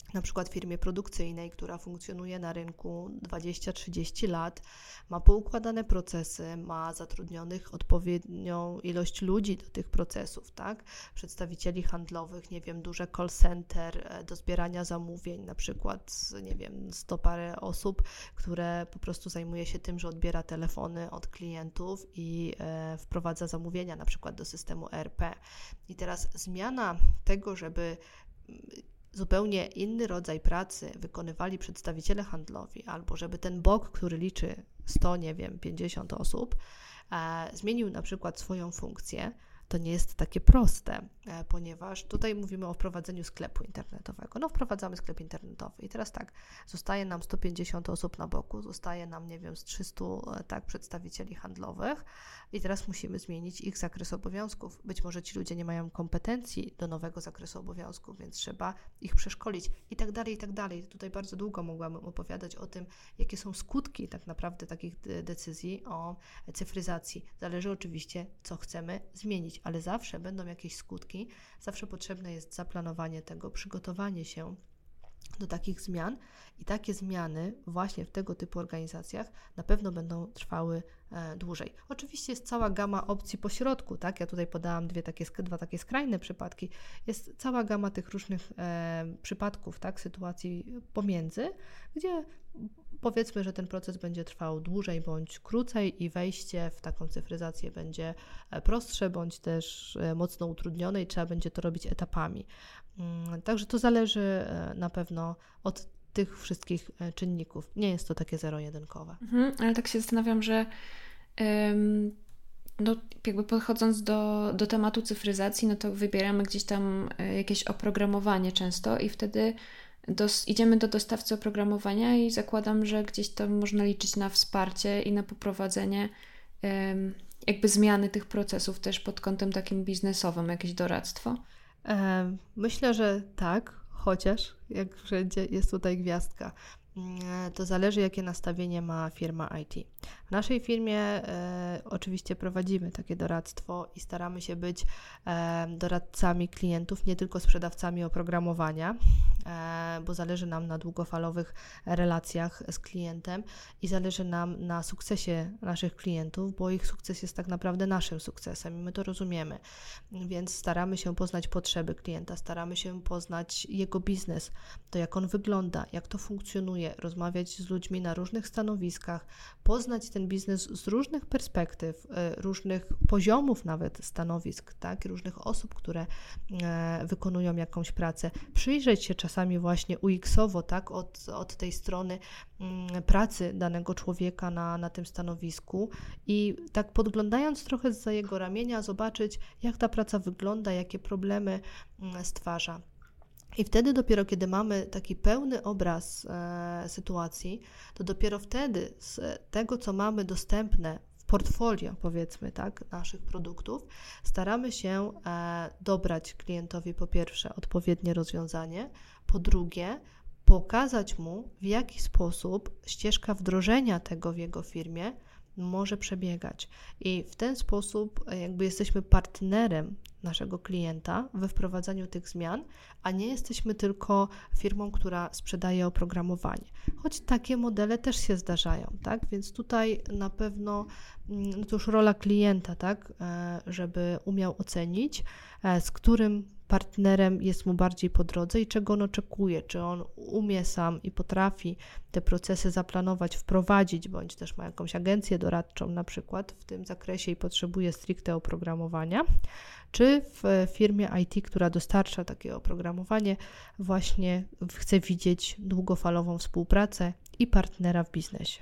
na przykład firmie produkcyjnej, która funkcjonuje na rynku 20-30 lat, ma poukładane procesy, ma zatrudnionych odpowiednią ilość ludzi do tych procesów, tak? Przedstawicieli handlowych, nie wiem, duże call center do zbierania zamówień, na przykład, nie wiem, 100 parę osób, które po prostu zajmuje się tym, że odbiera telefony od klientów i wprowadza zamówienia, na przykład do systemu ERP. I teraz zmiana tego, żeby zupełnie inny rodzaj pracy wykonywali przedstawiciele handlowi, albo żeby ten bot, który liczy 100, nie wiem, 50 osób, zmienił na przykład swoją funkcję, to nie jest takie proste, ponieważ tutaj mówimy o wprowadzeniu sklepu internetowego. No wprowadzamy sklep internetowy i teraz tak, zostaje nam 150 osób na boku, zostaje nam, nie wiem, z 300 tak, przedstawicieli handlowych i teraz musimy zmienić ich zakres obowiązków. Być może ci ludzie nie mają kompetencji do nowego zakresu obowiązków, więc trzeba ich przeszkolić i tak dalej, i tak dalej. Tutaj bardzo długo mogłabym opowiadać o tym, jakie są skutki tak naprawdę takich decyzji o cyfryzacji. Zależy oczywiście, co chcemy zmienić, ale zawsze będą jakieś skutki, zawsze potrzebne jest zaplanowanie tego, przygotowanie się do takich zmian i takie zmiany właśnie w tego typu organizacjach na pewno będą trwały dłużej. Oczywiście jest cała gama opcji pośrodku, tak? Ja tutaj podałam dwa takie skrajne przypadki. Jest cała gama tych różnych przypadków, tak? Sytuacji pomiędzy, gdzie powiedzmy, że ten proces będzie trwał dłużej bądź krócej i wejście w taką cyfryzację będzie prostsze bądź też mocno utrudnione i trzeba będzie to robić etapami. Także to zależy na pewno od tych wszystkich czynników. Nie jest to takie zero-jedynkowe. Ale tak się zastanawiam, że no, jakby podchodząc do tematu cyfryzacji, no to wybieramy gdzieś tam jakieś oprogramowanie często i wtedy idziemy do dostawcy oprogramowania i zakładam, że gdzieś tam można liczyć na wsparcie i na poprowadzenie jakby zmiany tych procesów też pod kątem takim biznesowym, jakieś doradztwo. Myślę, że tak, chociaż jak wszędzie jest tutaj gwiazdka. To zależy, jakie nastawienie ma firma IT. W naszej firmie oczywiście prowadzimy takie doradztwo i staramy się być doradcami klientów, nie tylko sprzedawcami oprogramowania, bo zależy nam na długofalowych relacjach z klientem i zależy nam na sukcesie naszych klientów, bo ich sukces jest tak naprawdę naszym sukcesem i my to rozumiemy. Więc staramy się poznać potrzeby klienta, staramy się poznać jego biznes, to jak on wygląda, jak to funkcjonuje, rozmawiać z ludźmi na różnych stanowiskach, poznać ten biznes z różnych perspektyw, różnych poziomów nawet stanowisk, tak, różnych osób, które wykonują jakąś pracę, przyjrzeć się czasami właśnie UX-owo, tak, od tej strony pracy danego człowieka na tym stanowisku i tak podglądając trochę zza jego ramienia, zobaczyć, jak ta praca wygląda, jakie problemy stwarza. I wtedy dopiero, kiedy mamy taki pełny obraz sytuacji, to dopiero wtedy z tego, co mamy dostępne w portfolio, powiedzmy, tak, naszych produktów, staramy się dobrać klientowi po pierwsze odpowiednie rozwiązanie, po drugie pokazać mu, w jaki sposób ścieżka wdrożenia tego w jego firmie może przebiegać. I w ten sposób jakby jesteśmy partnerem naszego klienta we wprowadzaniu tych zmian, a nie jesteśmy tylko firmą, która sprzedaje oprogramowanie. Choć takie modele też się zdarzają, tak? Więc tutaj na pewno to już rola klienta, tak? Żeby umiał ocenić, z którym partnerem jest mu bardziej po drodze i czego on oczekuje, czy on umie sam i potrafi te procesy zaplanować, wprowadzić, bądź też ma jakąś agencję doradczą na przykład w tym zakresie i potrzebuje stricte oprogramowania, czy w firmie IT, która dostarcza takie oprogramowanie, właśnie chce widzieć długofalową współpracę i partnera w biznesie.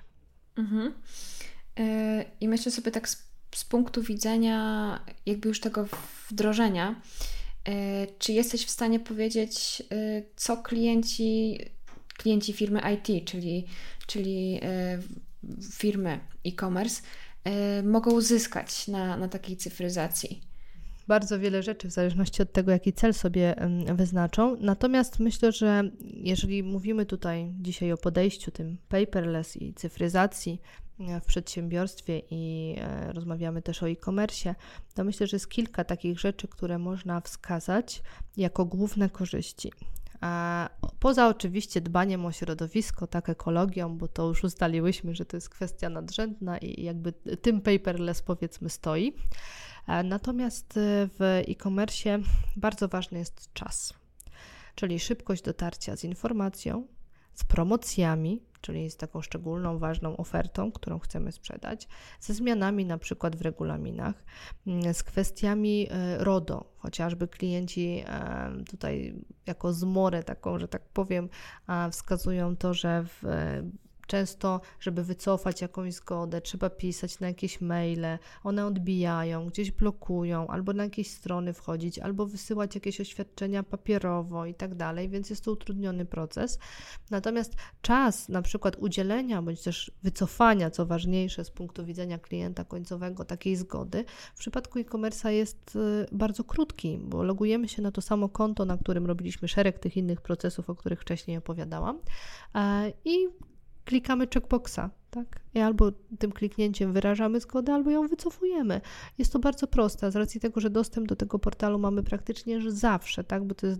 I myślę sobie tak z punktu widzenia jakby już tego wdrożenia, czy jesteś w stanie powiedzieć, co klienci firmy IT, czyli firmy e-commerce, mogą uzyskać na takiej cyfryzacji? Bardzo wiele rzeczy w zależności od tego, jaki cel sobie wyznaczą. Natomiast myślę, że jeżeli mówimy tutaj dzisiaj o podejściu tym paperless i cyfryzacji w przedsiębiorstwie i rozmawiamy też o e-commerce, to myślę, że jest kilka takich rzeczy, które można wskazać jako główne korzyści. Poza oczywiście dbaniem o środowisko, tak, ekologią, bo to już ustaliłyśmy, że to jest kwestia nadrzędna i jakby tym paperless powiedzmy stoi. Natomiast w e-commerce bardzo ważny jest czas, czyli szybkość dotarcia z informacją, z promocjami, czyli z taką szczególną, ważną ofertą, którą chcemy sprzedać, ze zmianami na przykład w regulaminach, z kwestiami RODO, chociażby klienci tutaj jako zmorę taką, że tak powiem, wskazują to, że często, żeby wycofać jakąś zgodę, trzeba pisać na jakieś maile, one odbijają, gdzieś blokują, albo na jakieś strony wchodzić, albo wysyłać jakieś oświadczenia papierowo i tak dalej, więc jest to utrudniony proces. Natomiast czas na przykład udzielenia, bądź też wycofania, co ważniejsze z punktu widzenia klienta końcowego, takiej zgody, w przypadku e-commerce'a jest bardzo krótki, bo logujemy się na to samo konto, na którym robiliśmy szereg tych innych procesów, o których wcześniej opowiadałam i klikamy checkboxa, tak? I albo tym kliknięciem wyrażamy zgodę, albo ją wycofujemy. Jest to bardzo proste, z racji tego, że dostęp do tego portalu mamy praktycznie już zawsze, tak? Bo to jest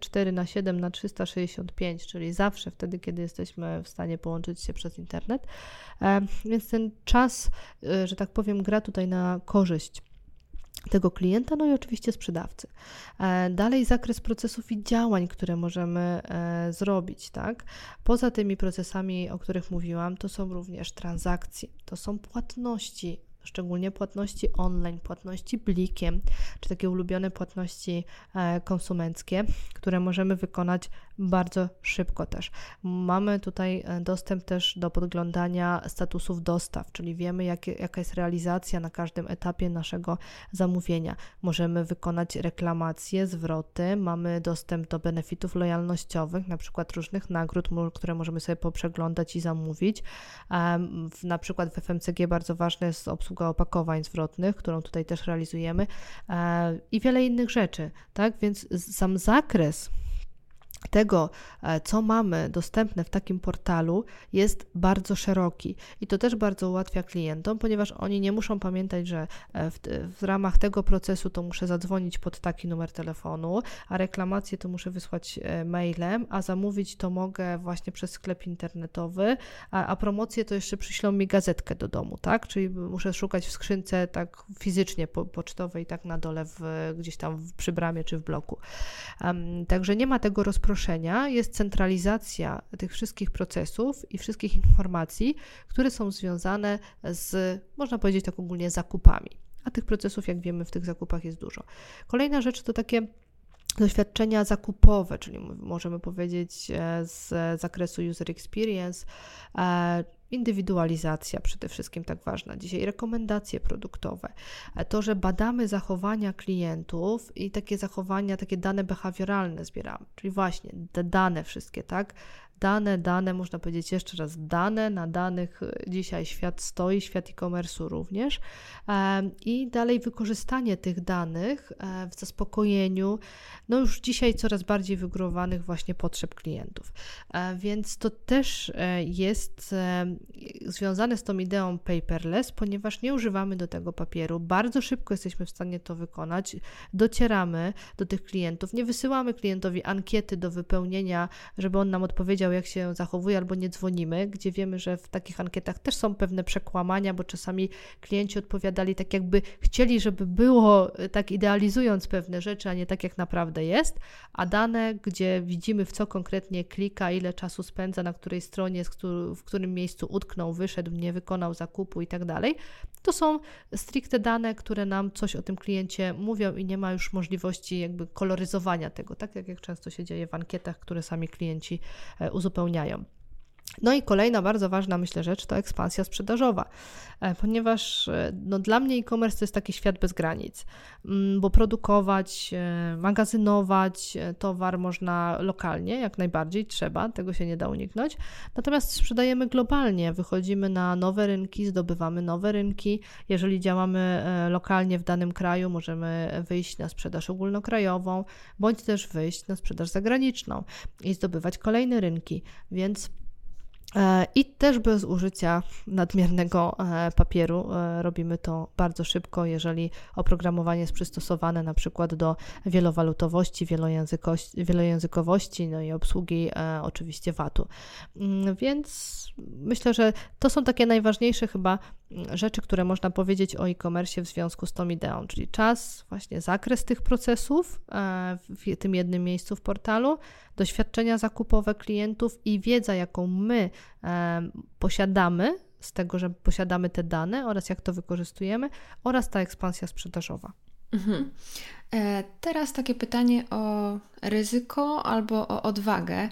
24/7/365, czyli zawsze wtedy, kiedy jesteśmy w stanie połączyć się przez internet. Więc ten czas, że tak powiem, gra tutaj na korzyść tego klienta, no i oczywiście sprzedawcy. Dalej zakres procesów i działań, które możemy zrobić, tak? Poza tymi procesami, o których mówiłam, to są również transakcje, to są płatności, szczególnie płatności online, płatności blikiem, czy takie ulubione płatności konsumenckie, które możemy wykonać bardzo szybko też. Mamy tutaj dostęp też do podglądania statusów dostaw, czyli wiemy, jaka jest realizacja na każdym etapie naszego zamówienia. Możemy wykonać reklamacje, zwroty, mamy dostęp do benefitów lojalnościowych, na przykład różnych nagród, które możemy sobie poprzeglądać i zamówić. Na przykład w FMCG bardzo ważna jest obsługa opakowań zwrotnych, którą tutaj też realizujemy i wiele innych rzeczy, tak? Więc sam zakres tego, co mamy dostępne w takim portalu, jest bardzo szeroki i to też bardzo ułatwia klientom, ponieważ oni nie muszą pamiętać, że w ramach tego procesu to muszę zadzwonić pod taki numer telefonu, a reklamację to muszę wysłać mailem, a zamówić to mogę właśnie przez sklep internetowy, a promocję to jeszcze przyślą mi gazetkę do domu, tak? Czyli muszę szukać w skrzynce tak fizycznie pocztowej, tak na dole gdzieś tam przy bramie czy w bloku. Także nie ma tego rozproszenia, jest centralizacja tych wszystkich procesów i wszystkich informacji, które są związane z, można powiedzieć tak ogólnie, zakupami. A tych procesów, jak wiemy, w tych zakupach jest dużo. Kolejna rzecz to takie doświadczenia zakupowe, czyli możemy powiedzieć z zakresu user experience, indywidualizacja przede wszystkim tak ważna dzisiaj, rekomendacje produktowe, to, że badamy zachowania klientów i takie zachowania, takie dane behawioralne zbieramy, czyli właśnie te dane wszystkie, tak? Dane, można powiedzieć jeszcze raz, na danych dzisiaj świat stoi, świat e-commerce'u również i dalej wykorzystanie tych danych w zaspokojeniu, no już dzisiaj coraz bardziej wygórowanych właśnie potrzeb klientów. Więc to też jest związane z tą ideą paperless, ponieważ nie używamy do tego papieru, bardzo szybko jesteśmy w stanie to wykonać, docieramy do tych klientów, nie wysyłamy klientowi ankiety do wypełnienia, żeby on nam odpowiedział, jak się zachowuje, albo nie dzwonimy, gdzie wiemy, że w takich ankietach też są pewne przekłamania, bo czasami klienci odpowiadali tak, jakby chcieli, żeby było, tak idealizując pewne rzeczy, a nie tak, jak naprawdę jest, a dane, gdzie widzimy, w co konkretnie klika, ile czasu spędza, na której stronie, w którym miejscu utknął, wyszedł, nie wykonał zakupu i tak dalej, to są stricte dane, które nam coś o tym kliencie mówią i nie ma już możliwości jakby koloryzowania tego, tak jak często się dzieje w ankietach, które sami klienci uzupełniają. No i kolejna bardzo ważna, myślę, rzecz to ekspansja sprzedażowa, ponieważ no, dla mnie e-commerce to jest taki świat bez granic, bo produkować, magazynować towar można lokalnie, jak najbardziej trzeba, tego się nie da uniknąć, natomiast sprzedajemy globalnie, wychodzimy na nowe rynki, zdobywamy nowe rynki, jeżeli działamy lokalnie w danym kraju, możemy wyjść na sprzedaż ogólnokrajową, bądź też wyjść na sprzedaż zagraniczną i zdobywać kolejne rynki, więc I też bez użycia nadmiernego papieru. Robimy to bardzo szybko, jeżeli oprogramowanie jest przystosowane na przykład do wielowalutowości, wielojęzykowości, no i obsługi oczywiście VAT-u. Więc myślę, że to są takie najważniejsze chyba rzeczy, które można powiedzieć o e-commerce w związku z tą ideą, czyli czas, właśnie zakres tych procesów w tym jednym miejscu w portalu, doświadczenia zakupowe klientów i wiedza, jaką my posiadamy z tego, że posiadamy te dane oraz jak to wykorzystujemy, oraz ta ekspansja sprzedażowa. Mhm. Teraz takie pytanie o ryzyko albo o odwagę.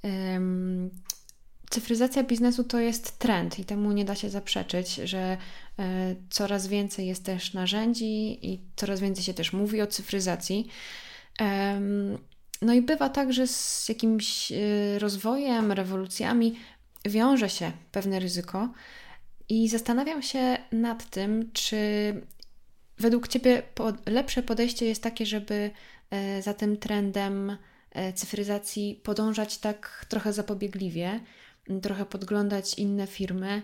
Cyfryzacja biznesu to jest trend i temu nie da się zaprzeczyć, że coraz więcej jest też narzędzi i coraz więcej się też mówi o cyfryzacji. No i bywa tak, że z jakimś rozwojem, rewolucjami wiąże się pewne ryzyko i zastanawiam się nad tym, czy według Ciebie lepsze podejście jest takie, żeby za tym trendem cyfryzacji podążać tak trochę zapobiegliwie, trochę podglądać inne firmy,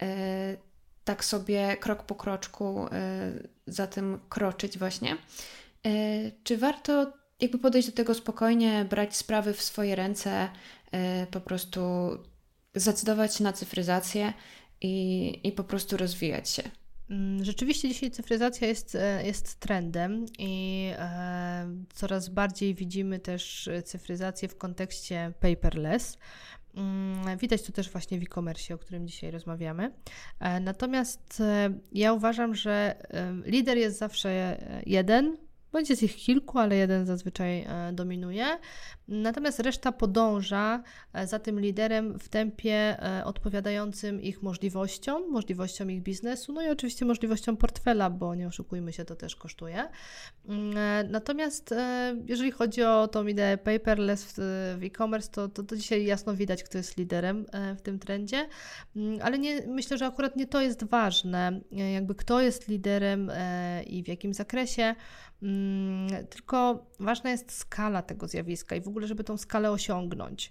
tak sobie krok po kroczku za tym kroczyć właśnie. Czy warto jakby podejść do tego spokojnie, brać sprawy w swoje ręce, po prostu zdecydować się na cyfryzację i po prostu rozwijać się? Rzeczywiście dzisiaj cyfryzacja jest trendem i coraz bardziej widzimy też cyfryzację w kontekście paperless. Widać to też właśnie w e-commerce, o którym dzisiaj rozmawiamy. Natomiast ja uważam, że lider jest zawsze jeden, bądź jest ich kilku, ale jeden zazwyczaj dominuje. Natomiast reszta podąża za tym liderem w tempie odpowiadającym ich możliwościom ich biznesu, no i oczywiście możliwościom portfela, bo nie oszukujmy się, to też kosztuje. Natomiast jeżeli chodzi o tą ideę paperless w e-commerce, to dzisiaj jasno widać, kto jest liderem w tym trendzie, ale myślę, że akurat nie to jest ważne, jakby kto jest liderem i w jakim zakresie, tylko ważna jest skala tego zjawiska i w ogóle, żeby tą skalę osiągnąć.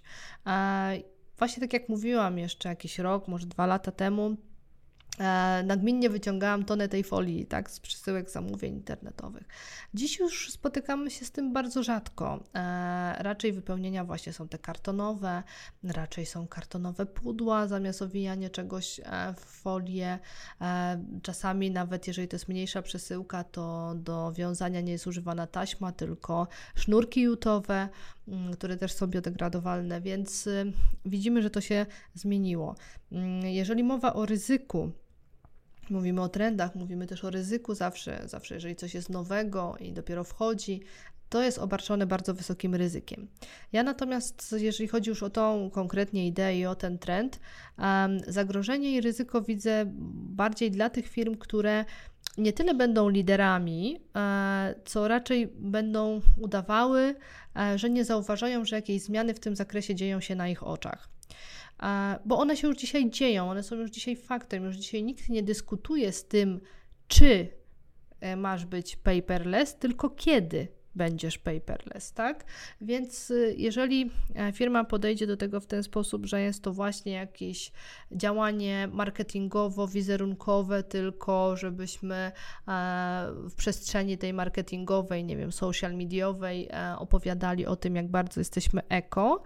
Właśnie tak jak mówiłam jeszcze jakiś rok, może 2 lata temu, nagminnie wyciągałam tonę tej folii, tak, z przesyłek zamówień internetowych. Dziś już spotykamy się z tym bardzo rzadko. Raczej wypełnienia właśnie są te kartonowe, raczej są kartonowe pudła zamiast owijania czegoś w folię. Czasami nawet jeżeli to jest mniejsza przesyłka, to do wiązania nie jest używana taśma, tylko sznurki jutowe, które też są biodegradowalne, więc widzimy, że to się zmieniło. Jeżeli mowa o ryzyku, mówimy o trendach, mówimy też o ryzyku zawsze jeżeli coś jest nowego i dopiero wchodzi, to jest obarczone bardzo wysokim ryzykiem. Ja natomiast, jeżeli chodzi już o tą konkretnie ideę i o ten trend, zagrożenie i ryzyko widzę bardziej dla tych firm, które nie tyle będą liderami, co raczej będą udawały, że nie zauważają, że jakieś zmiany w tym zakresie dzieją się na ich oczach. Bo one się już dzisiaj dzieją, one są już dzisiaj faktem, już dzisiaj nikt nie dyskutuje z tym, czy masz być paperless, tylko kiedy będziesz paperless, tak? Więc jeżeli firma podejdzie do tego w ten sposób, że jest to właśnie jakieś działanie marketingowo-wizerunkowe, tylko żebyśmy w przestrzeni tej marketingowej, nie wiem, social mediowej opowiadali o tym, jak bardzo jesteśmy eko,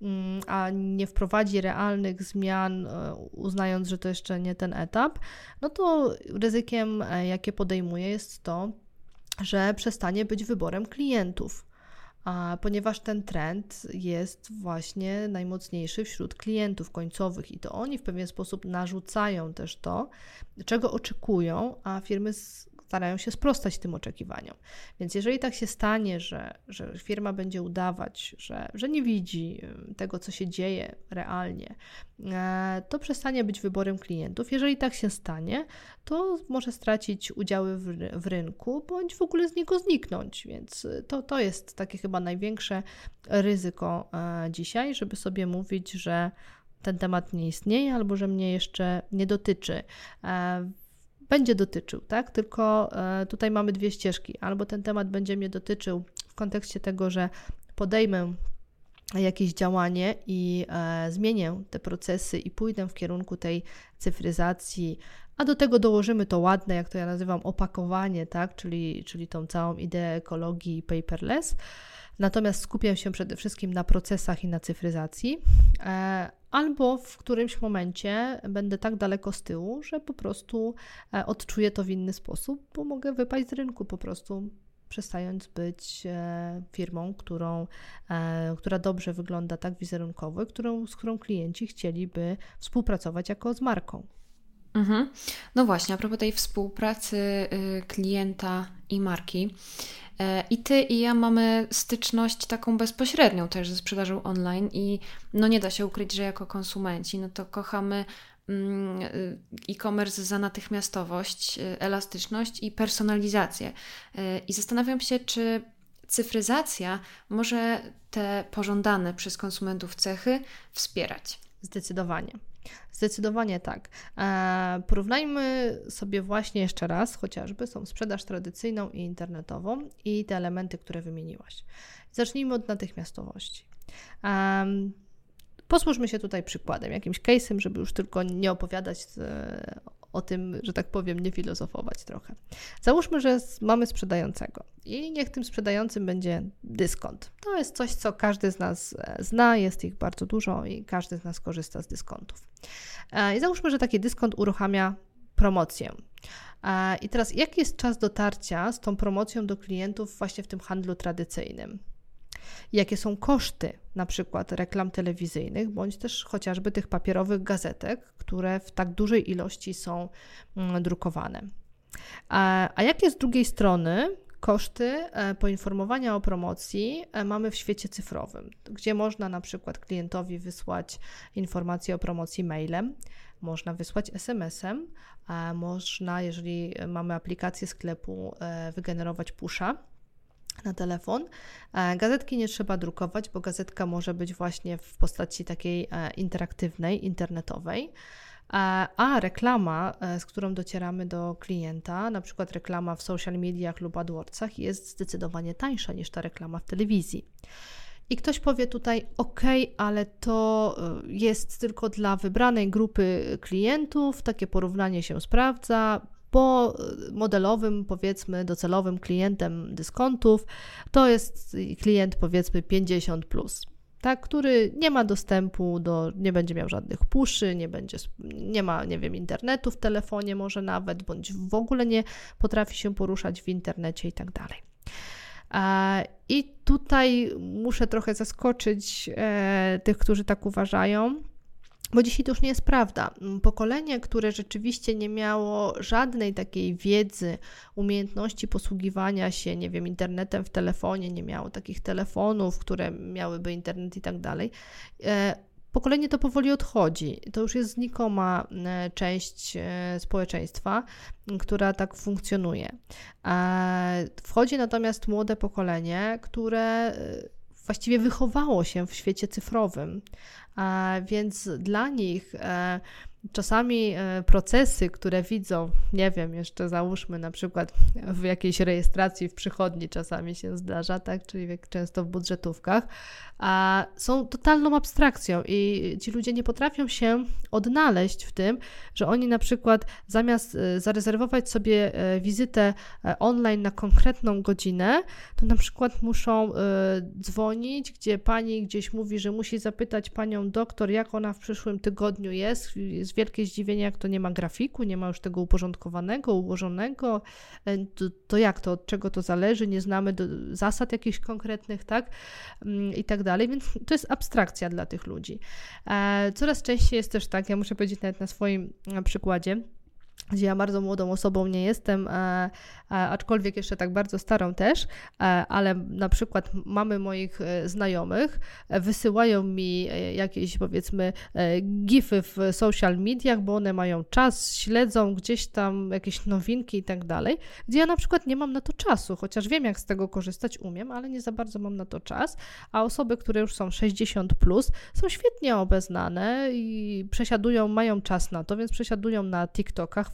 a nie wprowadzi realnych zmian, uznając, że to jeszcze nie ten etap, no to ryzykiem, jakie podejmuje, jest to, że przestanie być wyborem klientów, ponieważ ten trend jest właśnie najmocniejszy wśród klientów końcowych i to oni w pewien sposób narzucają też to, czego oczekują, a firmy starają się sprostać tym oczekiwaniom. Więc jeżeli tak się stanie, że firma będzie udawać, że nie widzi tego, co się dzieje realnie, to przestanie być wyborem klientów. Jeżeli tak się stanie, to może stracić udziały w rynku, bądź w ogóle z niego zniknąć. Więc to jest takie chyba największe ryzyko dzisiaj, żeby sobie mówić, że ten temat nie istnieje albo że mnie jeszcze nie dotyczy. Będzie dotyczył, tak? Tylko tutaj mamy 2 ścieżki. Albo ten temat będzie mnie dotyczył w kontekście tego, że podejmę jakieś działanie i zmienię te procesy i pójdę w kierunku tej cyfryzacji, a do tego dołożymy to ładne, jak to ja nazywam, opakowanie, tak? Czyli tą całą ideę ekologii paperless. Natomiast skupiam się przede wszystkim na procesach i na cyfryzacji, albo w którymś momencie będę tak daleko z tyłu, że po prostu odczuję to w inny sposób, bo mogę wypaść z rynku po prostu, przestając być firmą, która dobrze wygląda tak wizerunkowo, z którą klienci chcieliby współpracować jako z marką. Mhm. No właśnie, a propos tej współpracy klienta i marki. I Ty i ja mamy styczność taką bezpośrednią też ze sprzedażą online i no nie da się ukryć, że jako konsumenci no to kochamy e-commerce za natychmiastowość, elastyczność i personalizację. I zastanawiam się, czy cyfryzacja może te pożądane przez konsumentów cechy wspierać. Zdecydowanie tak. Porównajmy sobie właśnie jeszcze raz chociażby tą sprzedaż tradycyjną i internetową i te elementy, które wymieniłaś. Zacznijmy od natychmiastowości. Posłużmy się tutaj przykładem, jakimś case'em, żeby już tylko nie opowiadać o tym, że tak powiem, nie filozofować trochę. Załóżmy, że mamy sprzedającego i niech tym sprzedającym będzie dyskont. To jest coś, co każdy z nas zna, jest ich bardzo dużo i każdy z nas korzysta z dyskontów. I załóżmy, że taki dyskont uruchamia promocję. I teraz jaki jest czas dotarcia z tą promocją do klientów właśnie w tym handlu tradycyjnym? Jakie są koszty na przykład reklam telewizyjnych, bądź też chociażby tych papierowych gazetek, które w tak dużej ilości są drukowane. A jakie z drugiej strony koszty poinformowania o promocji mamy w świecie cyfrowym, gdzie można na przykład klientowi wysłać informację o promocji mailem, można wysłać SMS-em, można, jeżeli mamy aplikację sklepu, wygenerować pusha na telefon. Gazetki nie trzeba drukować, bo gazetka może być właśnie w postaci takiej interaktywnej, internetowej, a reklama, z którą docieramy do klienta, na przykład reklama w social mediach lub AdWordsach, jest zdecydowanie tańsza niż ta reklama w telewizji. I ktoś powie tutaj, ale to jest tylko dla wybranej grupy klientów, takie porównanie się sprawdza, bo modelowym, powiedzmy, docelowym klientem dyskontów to jest klient, powiedzmy, 50+, tak, który nie ma dostępu nie będzie miał żadnych puszy, nie ma, nie wiem, internetu w telefonie może nawet, bądź w ogóle nie potrafi się poruszać w internecie i tak dalej. I tutaj muszę trochę zaskoczyć tych, którzy tak uważają, bo dzisiaj to już nie jest prawda. Pokolenie, które rzeczywiście nie miało żadnej takiej wiedzy, umiejętności posługiwania się, nie wiem, internetem w telefonie, nie miało takich telefonów, które miałyby internet i tak dalej, pokolenie to powoli odchodzi. To już jest znikoma część społeczeństwa, która tak funkcjonuje. Wchodzi natomiast młode pokolenie, które właściwie wychowało się w świecie cyfrowym, więc dla nich czasami procesy, które widzą, nie wiem, jeszcze załóżmy na przykład w jakiejś rejestracji w przychodni czasami się zdarza, tak, czyli często w budżetówkach, są totalną abstrakcją i ci ludzie nie potrafią się odnaleźć w tym, że oni na przykład zamiast zarezerwować sobie wizytę online na konkretną godzinę, to na przykład muszą dzwonić, gdzie pani gdzieś mówi, że musi zapytać panią doktor, jak ona w przyszłym tygodniu jest wielkie zdziwienie, jak to nie ma grafiku, nie ma już tego uporządkowanego, ułożonego, to jak to, od czego to zależy, nie znamy zasad jakichś konkretnych, tak, i tak dalej, więc to jest abstrakcja dla tych ludzi. Coraz częściej jest też tak, ja muszę powiedzieć nawet na swoim przykładzie, gdzie ja bardzo młodą osobą nie jestem, aczkolwiek jeszcze tak bardzo starą też, ale na przykład mamy moich znajomych, wysyłają mi jakieś, powiedzmy, gify w social mediach, bo one mają czas, śledzą gdzieś tam jakieś nowinki i tak dalej, gdzie ja na przykład nie mam na to czasu, chociaż wiem, jak z tego korzystać umiem, ale nie za bardzo mam na to czas, a osoby, które już są 60+, są świetnie obeznane i mają czas na to, więc przesiadują na TikTokach,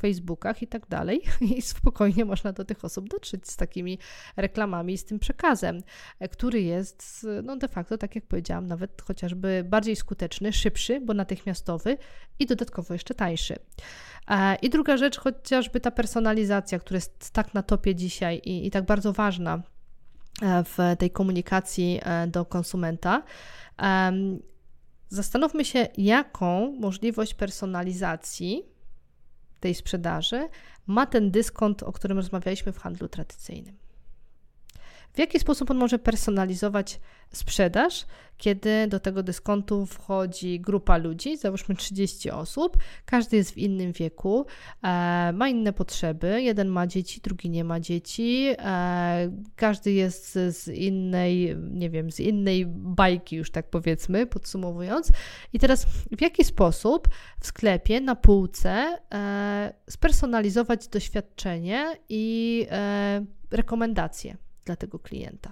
Facebookach i tak dalej i spokojnie można do tych osób dotrzeć z takimi reklamami i z tym przekazem, który jest no de facto, tak jak powiedziałam, nawet chociażby bardziej skuteczny, szybszy, bo natychmiastowy i dodatkowo jeszcze tańszy. I druga rzecz, chociażby ta personalizacja, która jest tak na topie dzisiaj i tak bardzo ważna w tej komunikacji do konsumenta. Zastanówmy się, jaką możliwość personalizacji tej sprzedaży ma ten dyskont, o którym rozmawialiśmy w handlu tradycyjnym. W jaki sposób on może personalizować sprzedaż, kiedy do tego dyskontu wchodzi grupa ludzi, załóżmy 30 osób, każdy jest w innym wieku, ma inne potrzeby, jeden ma dzieci, drugi nie ma dzieci, każdy jest z innej, nie wiem, z innej bajki już tak powiedzmy, podsumowując. I teraz w jaki sposób w sklepie, na półce spersonalizować doświadczenie i rekomendacje dla tego klienta.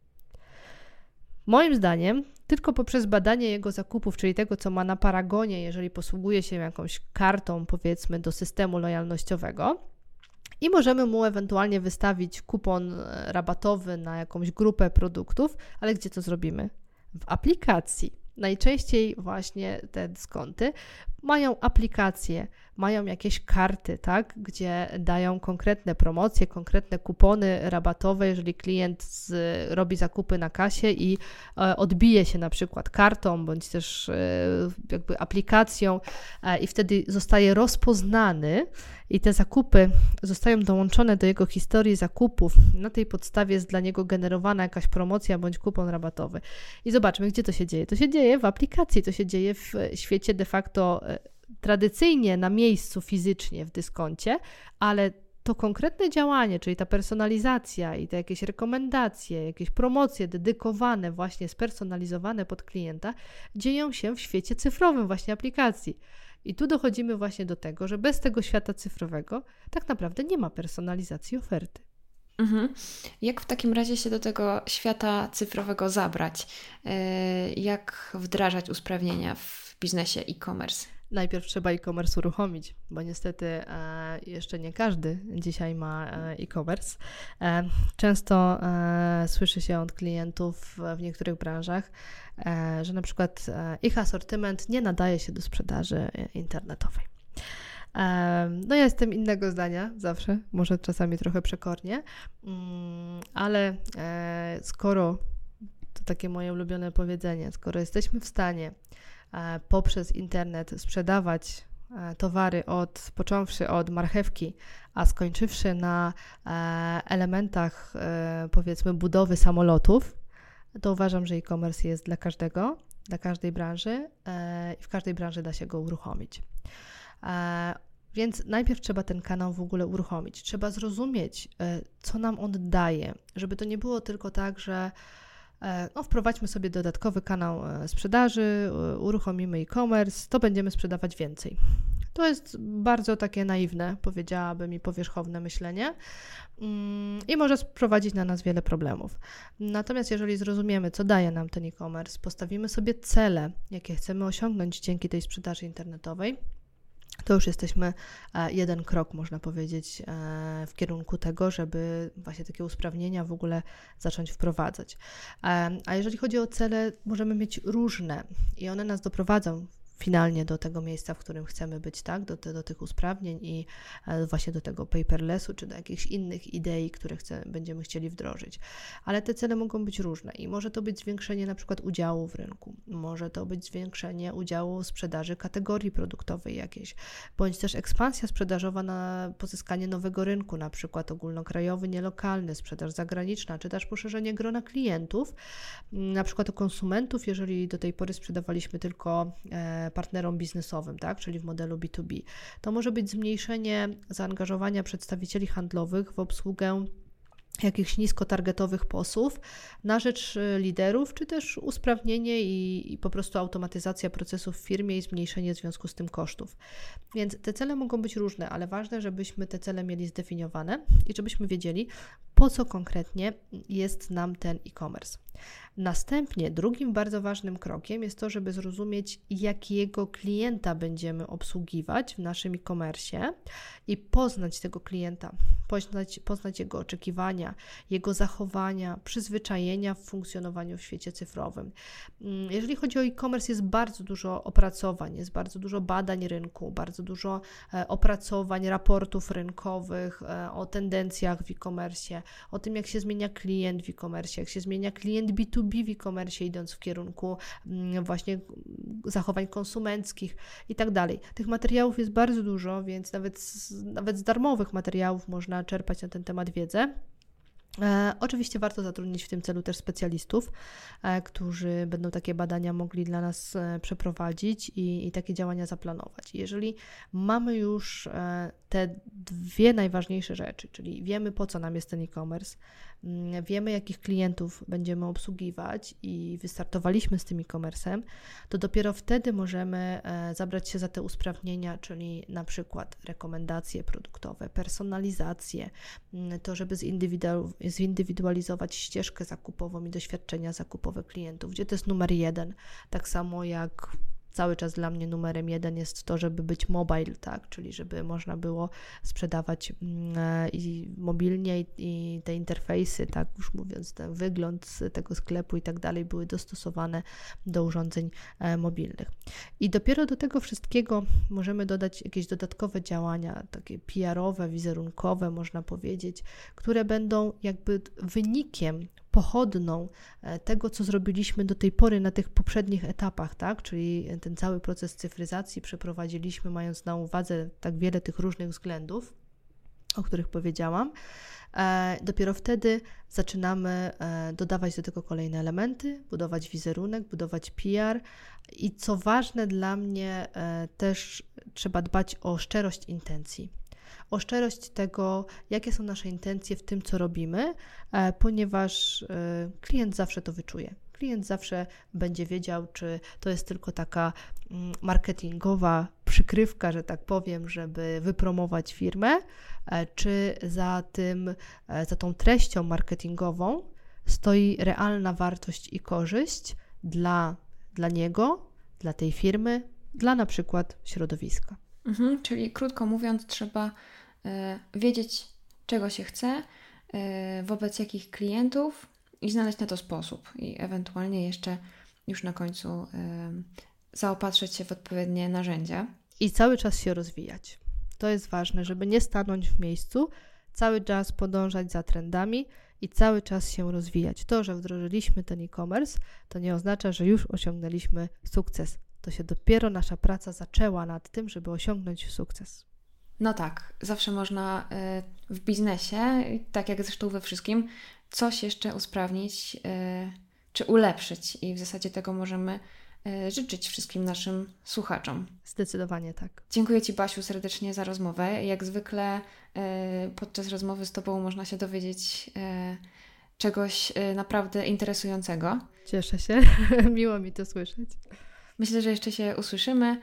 Moim zdaniem, tylko poprzez badanie jego zakupów, czyli tego, co ma na paragonie, jeżeli posługuje się jakąś kartą, powiedzmy, do systemu lojalnościowego i możemy mu ewentualnie wystawić kupon rabatowy na jakąś grupę produktów, ale gdzie to zrobimy? W aplikacji. Najczęściej właśnie te dyskonty mają aplikacje, mają jakieś karty, tak, gdzie dają konkretne promocje, konkretne kupony rabatowe, jeżeli klient robi zakupy na kasie i odbije się na przykład kartą, bądź też jakby aplikacją i wtedy zostaje rozpoznany i te zakupy zostają dołączone do jego historii zakupów. Na tej podstawie jest dla niego generowana jakaś promocja bądź kupon rabatowy. I zobaczmy, gdzie to się dzieje. To się dzieje w aplikacji, to się dzieje w świecie de facto tradycyjnie na miejscu fizycznie w dyskoncie, ale to konkretne działanie, czyli ta personalizacja i te jakieś rekomendacje, jakieś promocje dedykowane, właśnie spersonalizowane pod klienta, dzieją się w świecie cyfrowym właśnie aplikacji. I tu dochodzimy właśnie do tego, że bez tego świata cyfrowego tak naprawdę nie ma personalizacji oferty. Jak w takim razie się do tego świata cyfrowego zabrać? Jak wdrażać usprawnienia w biznesie e-commerce? Najpierw trzeba e-commerce uruchomić, bo niestety jeszcze nie każdy dzisiaj ma e-commerce. Często słyszy się od klientów w niektórych branżach, że na przykład ich asortyment nie nadaje się do sprzedaży internetowej. No ja jestem innego zdania zawsze, może czasami trochę przekornie, ale skoro, to takie moje ulubione powiedzenie, skoro jesteśmy w stanie poprzez internet sprzedawać towary począwszy od marchewki, a skończywszy na elementach powiedzmy budowy samolotów, to uważam, że e-commerce jest dla każdego, dla każdej branży i w każdej branży da się go uruchomić. Więc najpierw trzeba ten kanał w ogóle uruchomić. Trzeba zrozumieć, co nam on daje, żeby to nie było tylko tak, że wprowadźmy sobie dodatkowy kanał sprzedaży, uruchomimy e-commerce, to będziemy sprzedawać więcej. To jest bardzo takie naiwne, powiedziałabym, i powierzchowne myślenie i może sprowadzić na nas wiele problemów. Natomiast jeżeli zrozumiemy, co daje nam ten e-commerce, postawimy sobie cele, jakie chcemy osiągnąć dzięki tej sprzedaży internetowej, to już jesteśmy jeden krok, można powiedzieć, w kierunku tego, żeby właśnie takie usprawnienia w ogóle zacząć wprowadzać. A jeżeli chodzi o cele, możemy mieć różne i one nas doprowadzą finalnie do tego miejsca, w którym chcemy być, tak, do tych usprawnień i właśnie do tego paperlessu, czy do jakichś innych idei, które będziemy chcieli wdrożyć. Ale te cele mogą być różne i może to być zwiększenie na przykład udziału w rynku, może to być zwiększenie udziału w sprzedaży kategorii produktowej jakiejś, bądź też ekspansja sprzedażowa na pozyskanie nowego rynku, na przykład ogólnokrajowy, nielokalny, sprzedaż zagraniczna, czy też poszerzenie grona klientów, na przykład o konsumentów, jeżeli do tej pory sprzedawaliśmy tylko partnerom biznesowym, tak, czyli w modelu B2B. To może być zmniejszenie zaangażowania przedstawicieli handlowych w obsługę jakichś niskotargetowych posłów na rzecz liderów, czy też usprawnienie i po prostu automatyzacja procesów w firmie i zmniejszenie w związku z tym kosztów. Więc te cele mogą być różne, ale ważne, żebyśmy te cele mieli zdefiniowane i żebyśmy wiedzieli, po co konkretnie jest nam ten e-commerce. Następnie drugim bardzo ważnym krokiem jest to, żeby zrozumieć, jakiego klienta będziemy obsługiwać w naszym e-commerce i poznać tego klienta, poznać jego oczekiwania, jego zachowania, przyzwyczajenia w funkcjonowaniu w świecie cyfrowym. Jeżeli chodzi o e-commerce, jest bardzo dużo opracowań, jest bardzo dużo badań rynku, bardzo dużo opracowań, raportów rynkowych o tendencjach w e-commerce, o tym, jak się zmienia klient w e-commerce, jak się zmienia klient B2B w e-commerce, idąc w kierunku właśnie zachowań konsumenckich i tak dalej. Tych materiałów jest bardzo dużo, więc nawet z darmowych materiałów można czerpać na ten temat wiedzę. Oczywiście warto zatrudnić w tym celu też specjalistów, którzy będą takie badania mogli dla nas przeprowadzić i takie działania zaplanować. Jeżeli mamy już te dwie najważniejsze rzeczy, czyli wiemy, po co nam jest ten e-commerce, wiemy, jakich klientów będziemy obsługiwać i wystartowaliśmy z tym e-commerce'em, to dopiero wtedy możemy zabrać się za te usprawnienia, czyli na przykład rekomendacje produktowe, personalizację, to, żeby zindywidualizować ścieżkę zakupową i doświadczenia zakupowe klientów, gdzie to jest numer 1, tak samo jak cały czas dla mnie numerem 1 jest to, żeby być mobile, tak, czyli żeby można było sprzedawać i mobilnie i te interfejsy, tak już mówiąc, ten wygląd tego sklepu i tak dalej były dostosowane do urządzeń mobilnych. I dopiero do tego wszystkiego możemy dodać jakieś dodatkowe działania, takie PR-owe, wizerunkowe, można powiedzieć, które będą jakby wynikiem, pochodną tego, co zrobiliśmy do tej pory na tych poprzednich etapach, tak? Czyli ten cały proces cyfryzacji przeprowadziliśmy, mając na uwadze tak wiele tych różnych względów, o których powiedziałam. Dopiero wtedy zaczynamy dodawać do tego kolejne elementy, budować wizerunek, budować PR i co ważne dla mnie, też trzeba dbać o szczerość intencji. O szczerość tego, jakie są nasze intencje w tym, co robimy, ponieważ klient zawsze to wyczuje. Klient zawsze będzie wiedział, czy to jest tylko taka marketingowa przykrywka, że tak powiem, żeby wypromować firmę, czy za tą treścią marketingową stoi realna wartość i korzyść dla niego, dla tej firmy, dla na przykład środowiska. Czyli krótko mówiąc, trzeba wiedzieć, czego się chce, wobec jakich klientów i znaleźć na to sposób i ewentualnie jeszcze już na końcu zaopatrzyć się w odpowiednie narzędzia. I cały czas się rozwijać. To jest ważne, żeby nie stanąć w miejscu, cały czas podążać za trendami i cały czas się rozwijać. To, że wdrożyliśmy ten e-commerce, to nie oznacza, że już osiągnęliśmy sukces. To się dopiero nasza praca zaczęła nad tym, żeby osiągnąć sukces. No tak, zawsze można w biznesie, tak jak zresztą we wszystkim, coś jeszcze usprawnić czy ulepszyć i w zasadzie tego możemy życzyć wszystkim naszym słuchaczom. Zdecydowanie tak. Dziękuję Ci, Basiu, serdecznie za rozmowę. Jak zwykle podczas rozmowy z Tobą można się dowiedzieć czegoś naprawdę interesującego. Cieszę się, miło mi to słyszeć. Myślę, że jeszcze się usłyszymy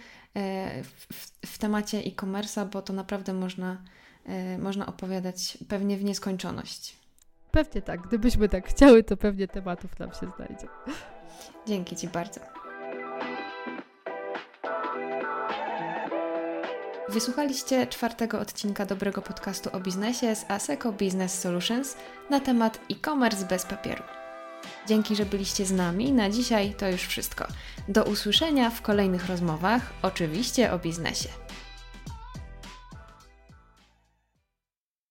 w temacie e-commerce'a, bo to naprawdę można opowiadać pewnie w nieskończoność. Pewnie tak. Gdybyśmy tak chciały, to pewnie tematów nam się znajdzie. Dzięki Ci bardzo. Wysłuchaliście 4. odcinka dobrego podcastu o biznesie z Asseco Business Solutions na temat e-commerce bez papieru. Dzięki, że byliście z nami. Na dzisiaj to już wszystko. Do usłyszenia w kolejnych rozmowach, oczywiście o biznesie.